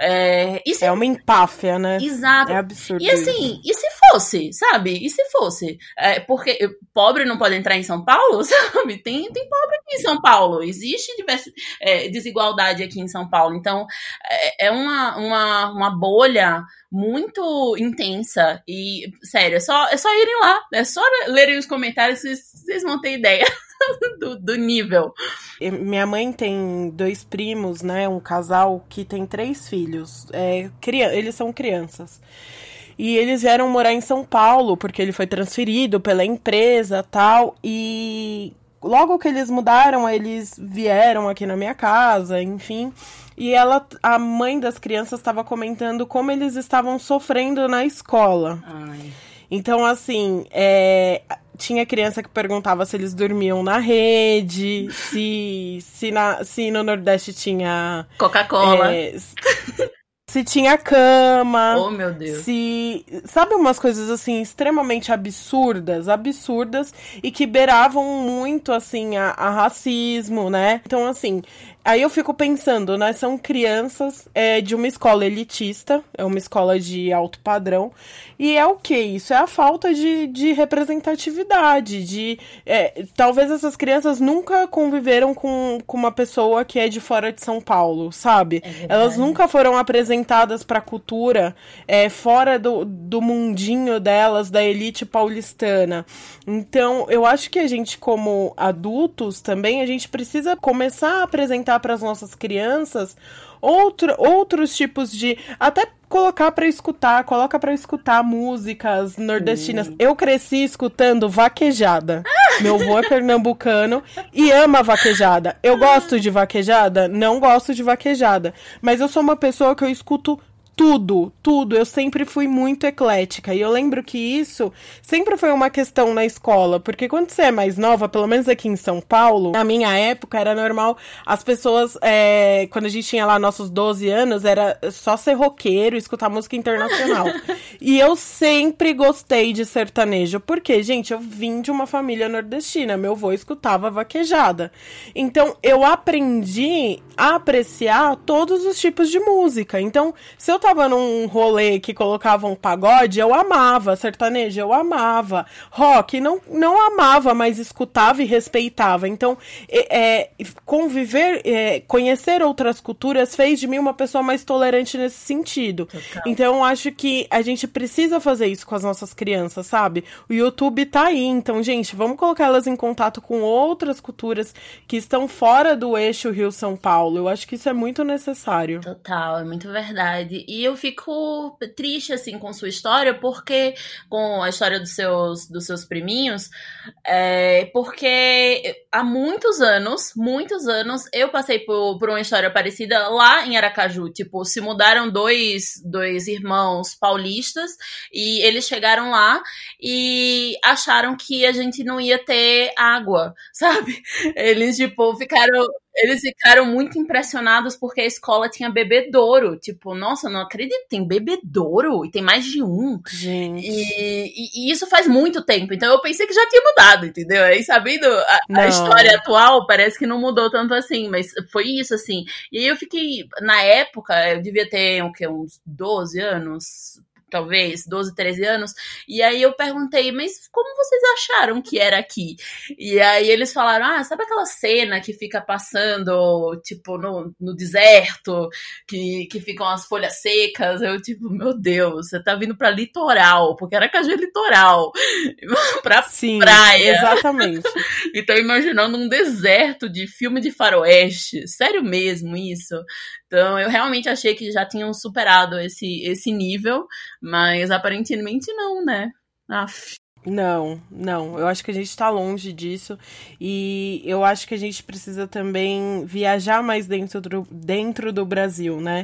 [SPEAKER 1] É uma empáfia, né?
[SPEAKER 4] Exato.
[SPEAKER 1] É absurdo.
[SPEAKER 4] E assim,
[SPEAKER 1] isso.
[SPEAKER 4] e se fosse, sabe? E se fosse? Porque pobre não pode entrar em São Paulo, sabe? Tem pobre aqui em São Paulo. Existe desigualdade aqui em São Paulo. Então, é uma bolha muito intensa. E, sério, é só irem lá. É só lerem os comentários, vocês vão ter ideia do nível.
[SPEAKER 1] Minha mãe tem 2 primos, né? Um casal que tem 3 filhos. Eles são crianças. E eles vieram morar em São Paulo, porque ele foi transferido pela empresa e tal. E logo que eles mudaram, eles vieram aqui na minha casa, enfim. E a mãe das crianças estava comentando como eles estavam sofrendo na escola.
[SPEAKER 4] Ai.
[SPEAKER 1] Então, assim, tinha criança que perguntava se eles dormiam na rede, se no Nordeste tinha
[SPEAKER 4] Coca-Cola.
[SPEAKER 1] Se tinha cama.
[SPEAKER 4] Oh, meu Deus.
[SPEAKER 1] Sabe, umas coisas, assim, extremamente absurdas, e que beiravam muito, assim, a racismo, né? Então, assim, aí eu fico pensando, né? São crianças de uma escola elitista, é uma escola de alto padrão, e é o quê? Isso é a falta de representatividade, talvez essas crianças nunca conviveram com uma pessoa que é de fora de São Paulo, sabe? Elas nunca foram apresentadas pra cultura fora do mundinho delas, da elite paulistana. Então, eu acho que a gente, como adultos, também, a gente precisa começar a apresentar apresentar para as nossas crianças outros tipos de... Até coloca para escutar músicas nordestinas. Eu cresci escutando vaquejada. Meu avô é pernambucano e ama vaquejada. Eu gosto de vaquejada? Não gosto de vaquejada. Mas eu sou uma pessoa que eu escuto tudo. Eu sempre fui muito eclética. E eu lembro que isso sempre foi uma questão na escola. Porque quando você é mais nova, pelo menos aqui em São Paulo, na minha época, era normal as pessoas, quando a gente tinha lá nossos 12 anos, era só ser roqueiro e escutar música internacional. E eu sempre gostei de sertanejo. Porque, gente, eu vim de uma família nordestina. Meu avô escutava vaquejada. Então, eu aprendi a apreciar todos os tipos de música. Então, se eu tava num rolê que colocava um pagode, eu amava sertanejo, eu amava rock, não amava, mas escutava e respeitava. Então, conhecer outras culturas fez de mim uma pessoa mais tolerante nesse sentido. Total. Então, eu acho que a gente precisa fazer isso com as nossas crianças, sabe? O YouTube tá aí, então, gente, vamos colocar elas em contato com outras culturas que estão fora do eixo Rio-São Paulo. Eu acho que isso é muito necessário.
[SPEAKER 4] Total, é muito verdade. E eu fico triste, assim, com sua história, porque... Com a história dos seus priminhos, porque há muitos anos, eu passei por uma história parecida lá em Aracaju. Tipo, se mudaram dois irmãos paulistas e eles chegaram lá e acharam que a gente não ia ter água, sabe? Eles, tipo, ficaram muito impressionados porque a escola tinha bebedouro. Tipo, nossa, não acredito, tem bebedouro e tem mais de um.
[SPEAKER 1] Gente.
[SPEAKER 4] E isso faz muito tempo. Então eu pensei que já tinha mudado, entendeu? Aí, sabendo a história atual, parece que não mudou tanto assim. Mas foi isso, assim. E aí eu fiquei, na época, eu devia ter uns 12 anos... talvez, 12, 13 anos, e aí eu perguntei, mas como vocês acharam que era aqui? E aí eles falaram, sabe aquela cena que fica passando, tipo, no deserto, que ficam as folhas secas? Eu, tipo, meu Deus, você tá vindo pra litoral, porque Aracaju é litoral, pra
[SPEAKER 1] Sim,
[SPEAKER 4] praia.
[SPEAKER 1] Exatamente.
[SPEAKER 4] E tô imaginando um deserto de filme de faroeste, sério mesmo isso? Então, eu realmente achei que já tinham superado esse nível, mas aparentemente não, né? Aff.
[SPEAKER 1] Não. Eu acho que a gente tá longe disso. E eu acho que a gente precisa também viajar mais dentro do Brasil, né?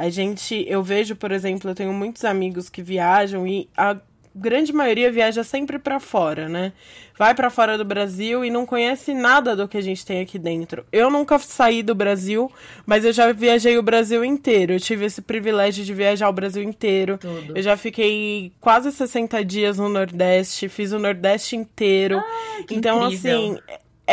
[SPEAKER 1] Eu vejo, por exemplo, eu tenho muitos amigos que viajam e a grande maioria viaja sempre pra fora, né? Vai pra fora do Brasil e não conhece nada do que a gente tem aqui dentro. Eu nunca saí do Brasil, mas eu já viajei o Brasil inteiro. Eu tive esse privilégio de viajar o Brasil inteiro.
[SPEAKER 4] Tudo.
[SPEAKER 1] Eu já fiquei quase 60 dias no Nordeste, fiz o Nordeste inteiro. Então,
[SPEAKER 4] incrível.
[SPEAKER 1] assim...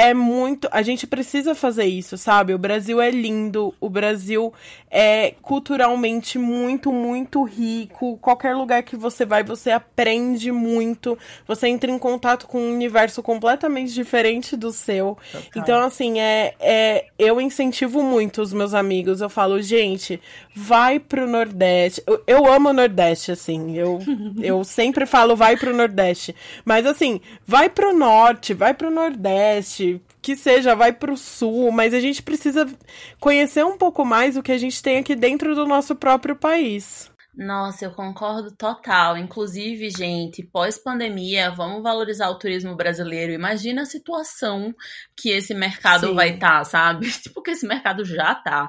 [SPEAKER 1] a gente precisa fazer isso, sabe? O Brasil é lindo, o Brasil é culturalmente muito, muito rico. Qualquer lugar que você vai, você aprende muito. Você entra em contato com um universo completamente diferente do seu.
[SPEAKER 4] Total.
[SPEAKER 1] Então, assim, eu incentivo muito os meus amigos. Eu falo, gente, vai pro Nordeste. Eu amo o Nordeste, assim. Eu sempre falo, vai pro Nordeste. Mas, assim, vai pro Norte, vai pro Nordeste, que seja, vai pro Sul, mas a gente precisa conhecer um pouco mais o que a gente tem aqui dentro do nosso próprio país.
[SPEAKER 4] Nossa, eu concordo total. Inclusive, gente, pós-pandemia, vamos valorizar o turismo brasileiro. Imagina a situação que esse mercado vai estar, sabe? Tipo, que esse mercado já tá.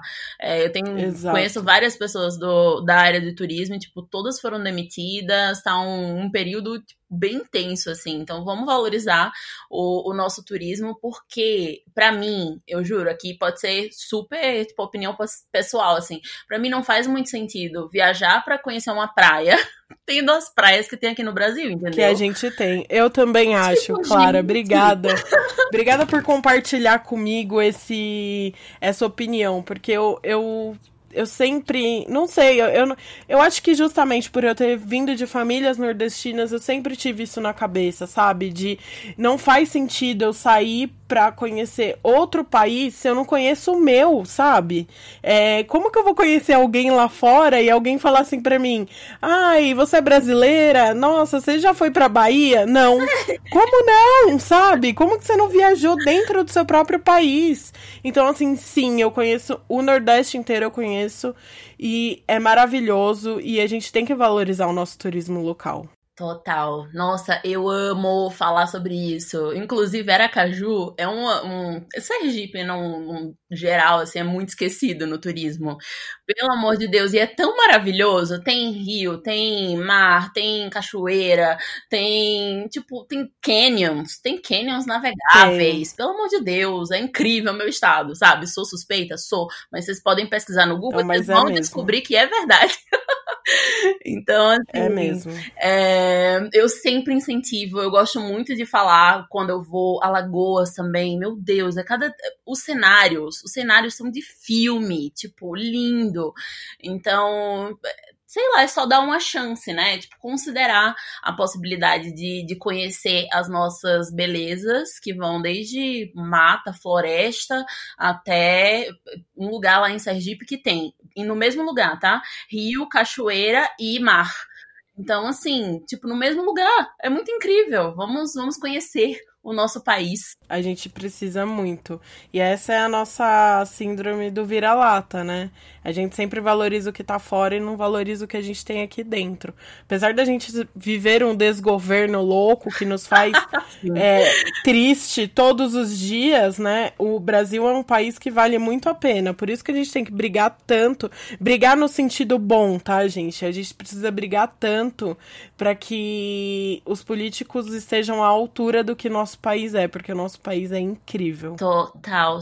[SPEAKER 4] Conheço várias pessoas da área de turismo e, tipo, todas foram demitidas. Tá um período bem intenso, assim. Então, vamos valorizar o nosso turismo, porque, pra mim, eu juro, aqui pode ser super, tipo, opinião pessoal, assim. Pra mim, não faz muito sentido viajar pra conhecer uma praia, tendo as praias que tem aqui no Brasil, entendeu?
[SPEAKER 1] Que a gente tem. Eu também acho, Clara. Obrigada. Obrigada por compartilhar comigo essa opinião, porque eu eu sempre, não sei, eu acho que justamente por eu ter vindo de famílias nordestinas, eu sempre tive isso na cabeça, sabe? De não faz sentido eu sair pra conhecer outro país se eu não conheço o meu, sabe? Como que eu vou conhecer alguém lá fora e alguém falar assim pra mim, ai, você é brasileira? Nossa, você já foi pra Bahia? Não. Como não, sabe? Como que você não viajou dentro do seu próprio país? Então, assim, sim, eu conheço o Nordeste inteiro, eu conheço, e é maravilhoso, e a gente tem que valorizar o nosso turismo local.
[SPEAKER 4] Total. Nossa, eu amo falar sobre isso. Inclusive, Aracaju é Sergipe, num geral, assim, é muito esquecido no turismo. Pelo amor de Deus, e é tão maravilhoso. Tem rio, tem mar, tem cachoeira, tem canyons navegáveis. Pelo amor de Deus, é incrível o meu estado, sabe? Sou suspeita? Sou. Mas vocês podem pesquisar no Google,
[SPEAKER 1] Não,
[SPEAKER 4] vocês vão descobrir que é verdade. Então, assim,
[SPEAKER 1] é mesmo.
[SPEAKER 4] Eu sempre incentivo, eu gosto muito de falar quando eu vou a Alagoas também, meu Deus, os cenários são de filme, tipo, lindo. Então, sei lá, é só dar uma chance, né? Tipo, considerar a possibilidade de conhecer as nossas belezas, que vão desde mata, floresta, até um lugar lá em Sergipe que tem, e no mesmo lugar, tá? Rio, cachoeira e mar. Então, assim, tipo, no mesmo lugar. É muito incrível. Vamos conhecer o nosso país.
[SPEAKER 1] A gente precisa muito. E essa é a nossa síndrome do vira-lata, né? A gente sempre valoriza o que tá fora e não valoriza o que a gente tem aqui dentro. Apesar da gente viver um desgoverno louco que nos faz triste todos os dias, né? O Brasil é um país que vale muito a pena. Por isso que a gente tem que brigar tanto. Brigar no sentido bom, tá, gente? A gente precisa brigar tanto para que os políticos estejam à altura do que nosso país é, porque o nosso país é incrível.
[SPEAKER 4] Total.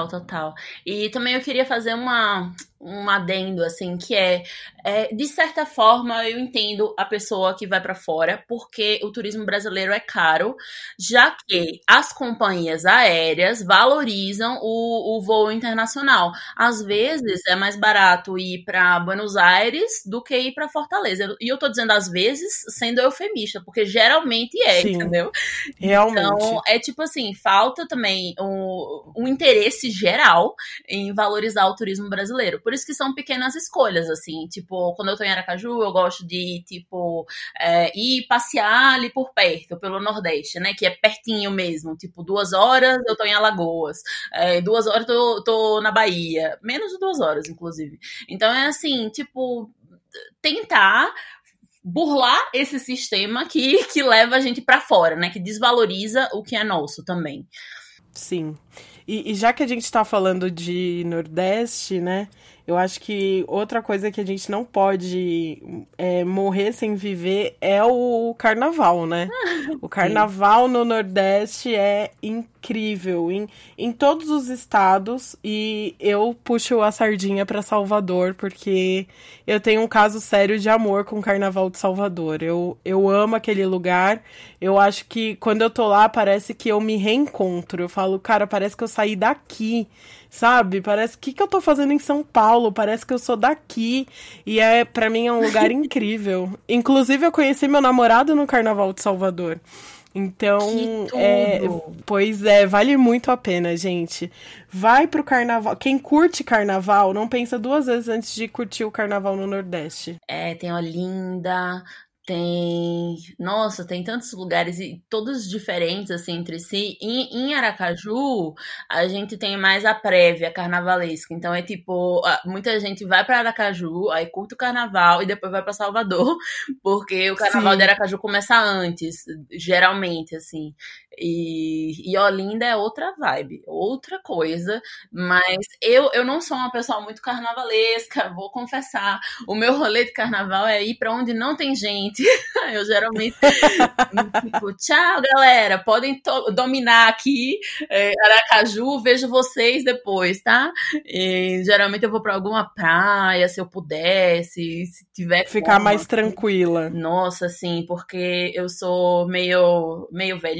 [SPEAKER 4] E também eu queria fazer um adendo, assim, que de certa forma, eu entendo a pessoa que vai pra fora, porque o turismo brasileiro é caro, já que as companhias aéreas valorizam o voo internacional. Às vezes, é mais barato ir pra Buenos Aires do que ir pra Fortaleza. E eu tô dizendo às vezes, sendo eufemista, porque geralmente
[SPEAKER 1] Sim,
[SPEAKER 4] entendeu?
[SPEAKER 1] Realmente.
[SPEAKER 4] Então, é tipo assim, falta também um interesse geral em valorizar o turismo brasileiro. Por isso que são pequenas escolhas, assim, tipo, quando eu tô em Aracaju, eu gosto de, tipo, ir passear ali por perto, pelo Nordeste, né, que é pertinho mesmo, tipo, 2 horas eu tô em Alagoas, 2 horas eu tô na Bahia, menos de 2 horas, inclusive. Então é assim, tipo, tentar burlar esse sistema que leva a gente pra fora, né, que desvaloriza o que é nosso também.
[SPEAKER 1] Sim. E já que a gente tá falando de Nordeste, né, eu acho que outra coisa que a gente não pode morrer sem viver é o carnaval, né? O carnaval no Nordeste é incrível em todos os estados, e eu puxo a sardinha pra Salvador, porque eu tenho um caso sério de amor com o Carnaval de Salvador. Eu amo aquele lugar. Eu acho que quando eu tô lá, parece que eu me reencontro. Eu falo, cara, parece que eu saí daqui, sabe? Parece que eu tô fazendo em São Paulo, parece que eu sou daqui. E pra mim é um lugar incrível. Inclusive, eu conheci meu namorado no Carnaval de Salvador. Então, pois é, vale muito a pena, gente. Vai pro carnaval. Quem curte carnaval, não pensa 2 vezes antes de curtir o carnaval no Nordeste.
[SPEAKER 4] Tem Olinda, tem tantos lugares e todos diferentes assim entre si. Em Aracaju, a gente tem mais a prévia carnavalesca. Então é tipo, muita gente vai pra Aracaju, aí curte o carnaval e depois vai pra Salvador, porque o carnaval de Aracaju começa antes, geralmente, assim. E Olinda é outra vibe, outra coisa, mas eu não sou uma pessoa muito carnavalesca, vou confessar. O meu rolê de carnaval é ir pra onde não tem gente. Eu geralmente tipo, tchau, galera, podem dominar aqui Aracaju, vejo vocês depois, tá? E geralmente eu vou pra alguma praia, se eu pudesse, se tiver
[SPEAKER 1] ficar mais tranquila.
[SPEAKER 4] Nossa, assim, porque eu sou meio velhinha,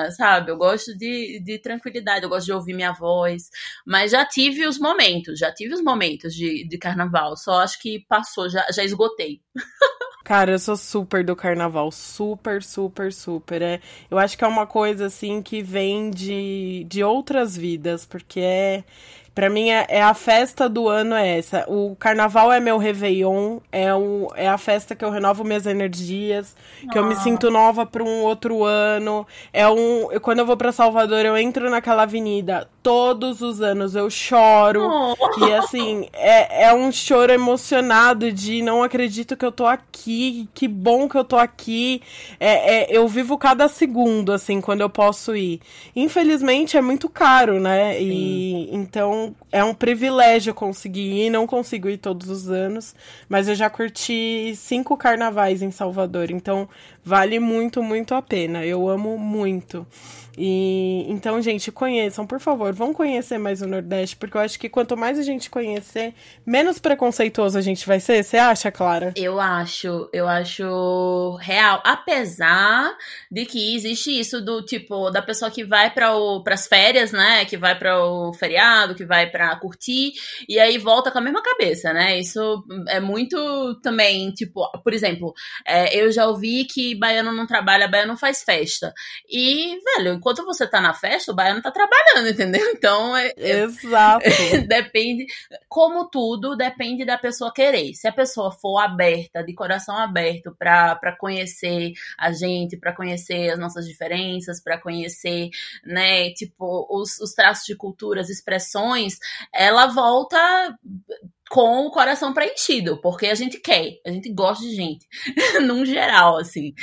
[SPEAKER 4] minha, sabe? Eu gosto de tranquilidade, eu gosto de ouvir minha voz. Mas já tive os momentos de carnaval. Só acho que passou, já esgotei.
[SPEAKER 1] Cara, eu sou super do carnaval, super, super, super. Eu acho que é uma coisa, assim, que vem de outras vidas, porque pra mim é a festa do ano é essa. O carnaval é meu réveillon, é a festa que eu renovo minhas energias, que eu me sinto nova pra um outro ano. Quando eu vou pra Salvador, eu entro naquela avenida, todos os anos eu choro. E assim, é um choro emocionado de não acredito que eu tô aqui, que bom que eu tô aqui. Eu vivo cada segundo, assim, quando eu posso ir. Infelizmente é muito caro, né?
[SPEAKER 4] Sim.
[SPEAKER 1] E então é um privilégio conseguir ir, não consigo ir todos os anos, mas eu já curti 5 carnavais em Salvador, então vale muito, muito a pena. Eu amo muito. E então, gente, conheçam, por favor, vão conhecer mais o Nordeste, porque eu acho que quanto mais a gente conhecer, menos preconceituoso a gente vai ser. Você acha, Clara?
[SPEAKER 4] Eu acho real, apesar de que existe isso do tipo, da pessoa que vai pras férias, né, que vai para o feriado, que vai pra curtir, e aí volta com a mesma cabeça, né, isso é muito também, tipo, por exemplo, eu já ouvi que baiano não trabalha, baiano não faz festa, e, velho, enquanto você tá na festa, o baiano tá trabalhando, entendeu? Então,
[SPEAKER 1] exato.
[SPEAKER 4] Depende, como tudo, depende da pessoa querer. Se a pessoa for aberta, de coração aberto para conhecer a gente, para conhecer as nossas diferenças, para conhecer, né, tipo, os traços de cultura, as expressões, ela volta com o coração preenchido, porque a gente gosta de gente, num geral, assim.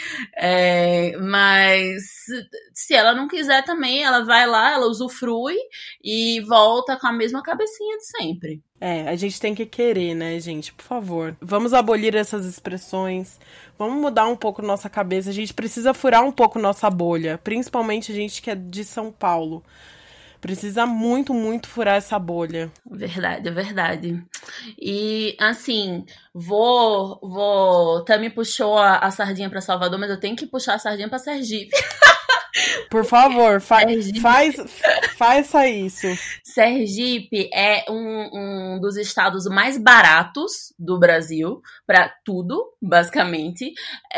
[SPEAKER 4] Mas se ela não quiser também, ela vai lá, ela usufrui e volta com a mesma cabecinha de sempre.
[SPEAKER 1] A gente tem que querer, né, gente? Por favor. Vamos abolir essas expressões. Vamos mudar um pouco nossa cabeça. A gente precisa furar um pouco nossa bolha. Principalmente a gente que é de São Paulo. Precisa muito, muito furar essa bolha.
[SPEAKER 4] Verdade, é verdade. E, assim, Tami puxou a sardinha pra Salvador, mas eu tenho que puxar a sardinha pra Sergipe.
[SPEAKER 1] Por favor, faça isso.
[SPEAKER 4] Sergipe é um dos estados mais baratos do Brasil, pra tudo, basicamente.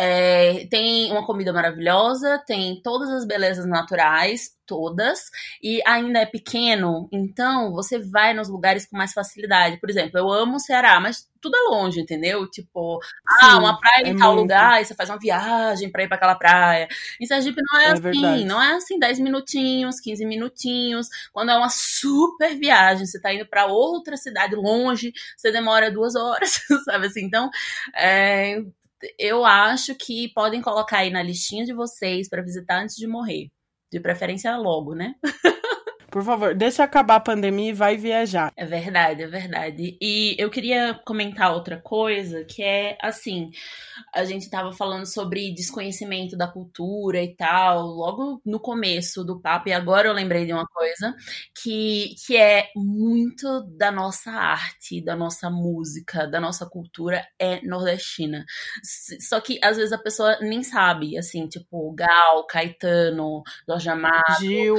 [SPEAKER 4] Tem uma comida maravilhosa, tem todas as belezas naturais, todas, e ainda é pequeno, então você vai nos lugares com mais facilidade. Por exemplo, eu amo o Ceará, mas tudo é longe, entendeu? Tipo,
[SPEAKER 1] sim,
[SPEAKER 4] uma praia em tal lugar, aí você faz uma viagem pra ir pra aquela praia. Em Sergipe não é assim,
[SPEAKER 1] verdade.
[SPEAKER 4] Não é assim 10 minutinhos, 15 minutinhos. Quando é uma super viagem, você tá indo pra outra cidade longe, você demora 2 horas, sabe assim? Então, eu acho que podem colocar aí na listinha de vocês pra visitar antes de morrer. De preferência logo, né?
[SPEAKER 1] Por favor, deixa acabar a pandemia e vai viajar.
[SPEAKER 4] É verdade, é verdade. E eu queria comentar outra coisa, que é, assim, a gente tava falando sobre desconhecimento da cultura e tal, logo no começo do papo, e agora eu lembrei de uma coisa, que é muito da nossa arte, da nossa música, da nossa cultura, é nordestina. Só que, às vezes, a pessoa nem sabe, assim, tipo, Gal, Caetano, Jorge Amado...
[SPEAKER 1] Gil...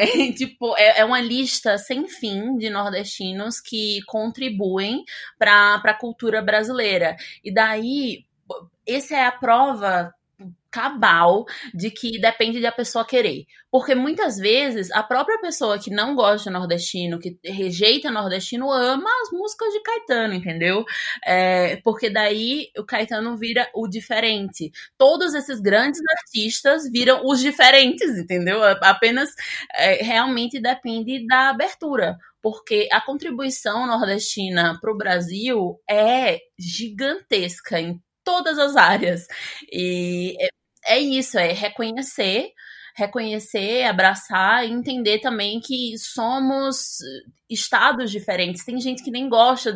[SPEAKER 4] É uma lista sem fim de nordestinos que contribuem para a cultura brasileira. E daí, essa é a prova cabal de que depende da pessoa querer. Porque muitas vezes a própria pessoa que não gosta de nordestino, que rejeita nordestino, ama as músicas de Caetano, entendeu? Porque daí o Caetano vira o diferente. Todos esses grandes artistas viram os diferentes, entendeu? Apenas realmente depende da abertura. Porque a contribuição nordestina para o Brasil é gigantesca em todas as áreas. E é isso, é reconhecer, abraçar e entender também que somos estados diferentes. Tem gente que nem gosta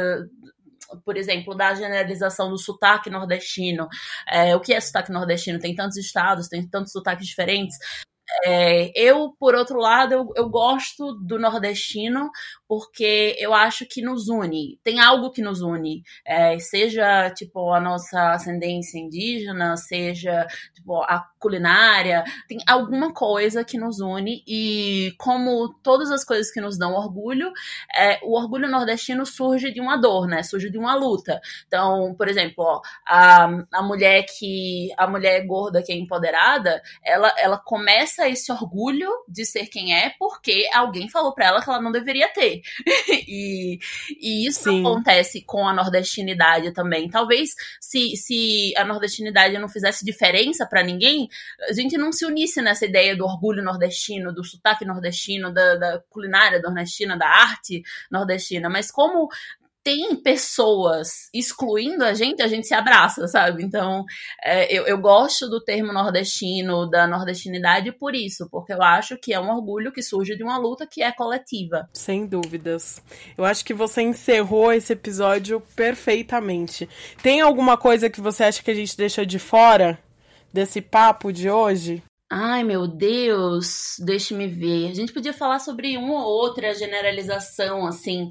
[SPEAKER 4] por exemplo, da generalização do sotaque nordestino. O que é sotaque nordestino? Tem tantos estados, tem tantos sotaques diferentes. Eu, por outro lado, eu gosto do nordestino porque eu acho que nos une, tem algo que nos une, seja, tipo, a nossa ascendência indígena, seja, tipo, a culinária, tem alguma coisa que nos une, e como todas as coisas que nos dão orgulho, o orgulho nordestino surge de uma dor, né, surge de uma luta. Então, por exemplo, ó, a mulher gorda que é empoderada, ela começa esse orgulho de ser quem é porque alguém falou pra ela que ela não deveria ter. e isso
[SPEAKER 1] Sim.
[SPEAKER 4] acontece com a nordestinidade também. Talvez se a nordestinidade não fizesse diferença pra ninguém, a gente não se unisse nessa ideia do orgulho nordestino, do sotaque nordestino, da culinária nordestina, da arte nordestina. Mas como tem pessoas excluindo a gente se abraça, sabe? Então, eu gosto do termo nordestino, da nordestinidade por isso, porque eu acho que é um orgulho que surge de uma luta que é coletiva.
[SPEAKER 1] Sem dúvidas. Eu acho que você encerrou esse episódio perfeitamente. Tem alguma coisa que você acha que a gente deixou de fora desse papo de hoje?
[SPEAKER 4] Ai, meu Deus, deixe-me ver. A gente podia falar sobre uma ou outra generalização, assim.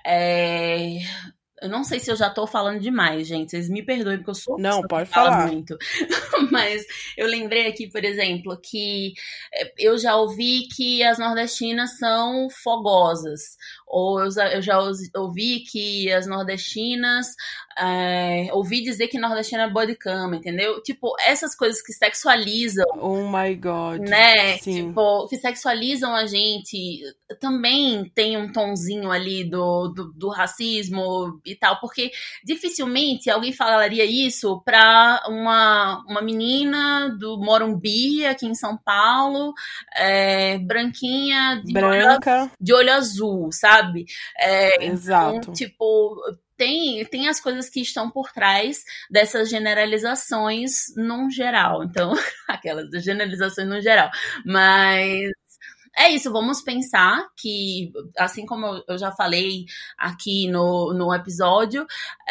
[SPEAKER 4] Eu não sei se eu já tô falando demais, gente. Vocês me perdoem, porque eu sou
[SPEAKER 1] Não, pode falar
[SPEAKER 4] muito. Mas eu lembrei aqui, por exemplo, que eu já ouvi que as nordestinas são fogosas. Ou eu já ouvi que as nordestinas... ouvi dizer que nordestina é boa de cama, entendeu? Tipo, essas coisas que sexualizam...
[SPEAKER 1] Oh my God.
[SPEAKER 4] Né?
[SPEAKER 1] Sim.
[SPEAKER 4] Tipo, que sexualizam a gente. Também tem um tonzinho ali do racismo e tal, porque dificilmente alguém falaria isso pra uma menina do Morumbi, aqui em São Paulo, branquinha, de olho azul, sabe?
[SPEAKER 1] Exato.
[SPEAKER 4] Então, tipo... Tem as coisas que estão por trás dessas generalizações num geral. Então, aquelas generalizações no geral. Mas é isso, vamos pensar que, assim como eu já falei aqui no episódio,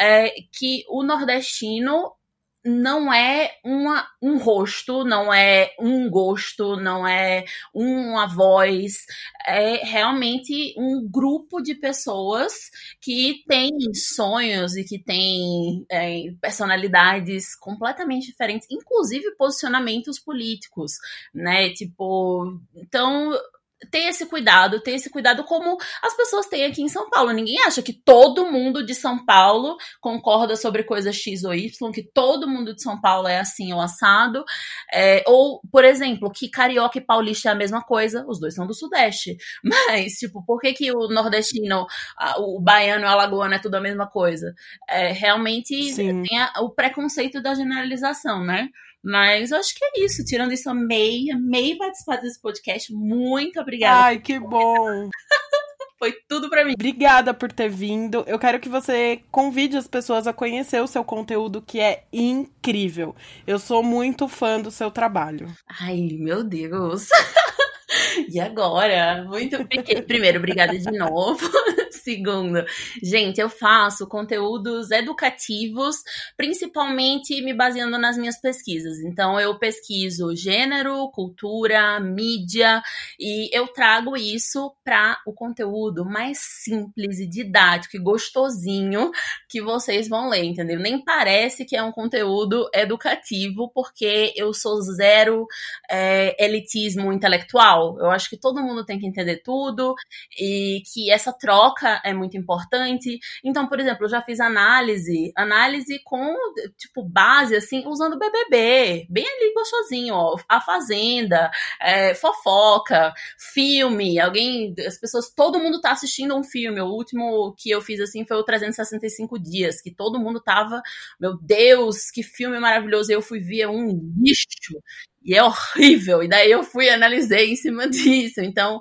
[SPEAKER 4] que o nordestino não é um rosto, não é um gosto, não é uma voz, é realmente um grupo de pessoas que tem sonhos e que tem personalidades completamente diferentes, inclusive posicionamentos políticos, né? Tipo, então... ter esse cuidado como as pessoas têm aqui em São Paulo. Ninguém acha que todo mundo de São Paulo concorda sobre coisa X ou Y, que todo mundo de São Paulo é assim ou assado. Ou, por exemplo, que carioca e paulista é a mesma coisa, os dois são do Sudeste. Mas, tipo, por que o nordestino, o baiano e o alagoano é tudo a mesma coisa? Realmente
[SPEAKER 1] Sim.
[SPEAKER 4] tem o preconceito da generalização, né? Mas eu acho que é isso. Tirando isso, amei participar desse podcast. Muito obrigada.
[SPEAKER 1] Ai, que bom.
[SPEAKER 4] Foi tudo pra mim.
[SPEAKER 1] Obrigada por ter vindo. Eu quero que você convide as pessoas a conhecer o seu conteúdo, que é incrível. Eu sou muito fã do seu trabalho.
[SPEAKER 4] Ai, meu Deus. E agora? Primeiro, obrigada de novo. Segundo, gente, eu faço conteúdos educativos, principalmente me baseando nas minhas pesquisas. Então, eu pesquiso gênero, cultura, mídia, e eu trago isso para o conteúdo mais simples e didático e gostosinho que vocês vão ler, entendeu? Nem parece que é um conteúdo educativo, porque eu sou zero elitismo intelectual. Eu acho que todo mundo tem que entender tudo e que essa troca é muito importante. Então, por exemplo, eu já fiz análise com, tipo, base, assim, usando o BBB, bem ali gostosinho, ó, A Fazenda, fofoca, filme, as pessoas, todo mundo tá assistindo um filme. O último que eu fiz, assim, foi o 365 Dias, que todo mundo tava, meu Deus, que filme maravilhoso, e eu fui ver um lixo, e é horrível, e daí eu fui e analisei em cima disso. Então,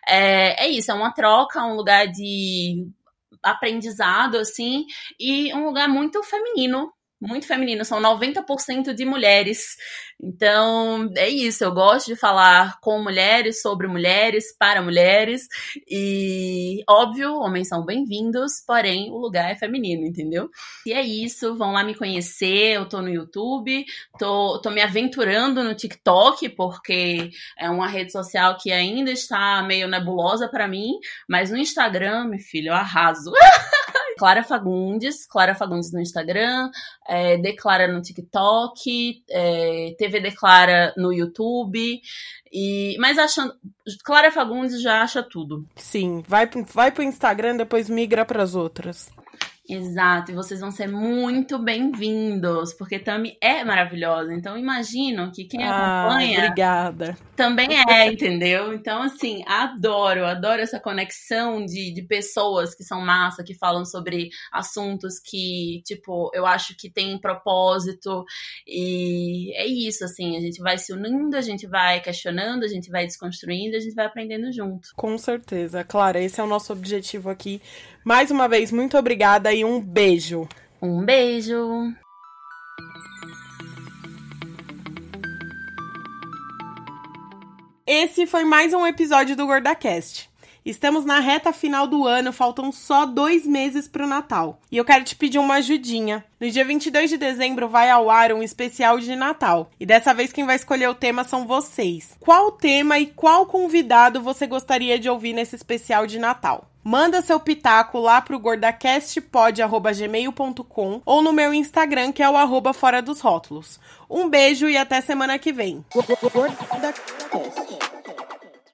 [SPEAKER 4] é isso, é uma troca, um lugar de aprendizado, assim, e um lugar muito feminino, muito feminino, são 90% de mulheres. Então, é isso, eu gosto de falar com mulheres, sobre mulheres, para mulheres, e, óbvio, homens são bem-vindos, porém, o lugar é feminino, entendeu? E é isso, vão lá me conhecer, eu tô no YouTube, tô me aventurando no TikTok, porque é uma rede social que ainda está meio nebulosa pra mim, mas no Instagram, meu filho, eu arraso. Clara Fagundes no Instagram, Declara no TikTok, TV Declara no YouTube, mas achando, Clara Fagundes já acha tudo.
[SPEAKER 1] Sim, vai pro Instagram, depois migra pras outras.
[SPEAKER 4] Exato, e vocês vão ser muito bem-vindos, porque Tami é maravilhosa, então imagino que quem acompanha
[SPEAKER 1] obrigada.
[SPEAKER 4] Também entendeu? Então, assim, adoro essa conexão de pessoas que são massa, que falam sobre assuntos que, tipo, eu acho que tem propósito, e é isso, assim, a gente vai se unindo, a gente vai questionando, a gente vai desconstruindo, a gente vai aprendendo junto.
[SPEAKER 1] Com certeza, Clara, esse é o nosso objetivo aqui. Mais uma vez, muito obrigada e um beijo.
[SPEAKER 4] Um beijo.
[SPEAKER 1] Esse foi mais um episódio do GordaCast. Estamos na reta final do ano, faltam só 2 meses pro Natal. E eu quero te pedir uma ajudinha. No dia 22 de dezembro vai ao ar um especial de Natal. E dessa vez quem vai escolher o tema são vocês. Qual tema e qual convidado você gostaria de ouvir nesse especial de Natal? Manda seu pitaco lá pro gordacastpod@gmail.com ou no meu Instagram, que é o @fora dos rótulos. Um beijo e até semana que vem. GordaCast.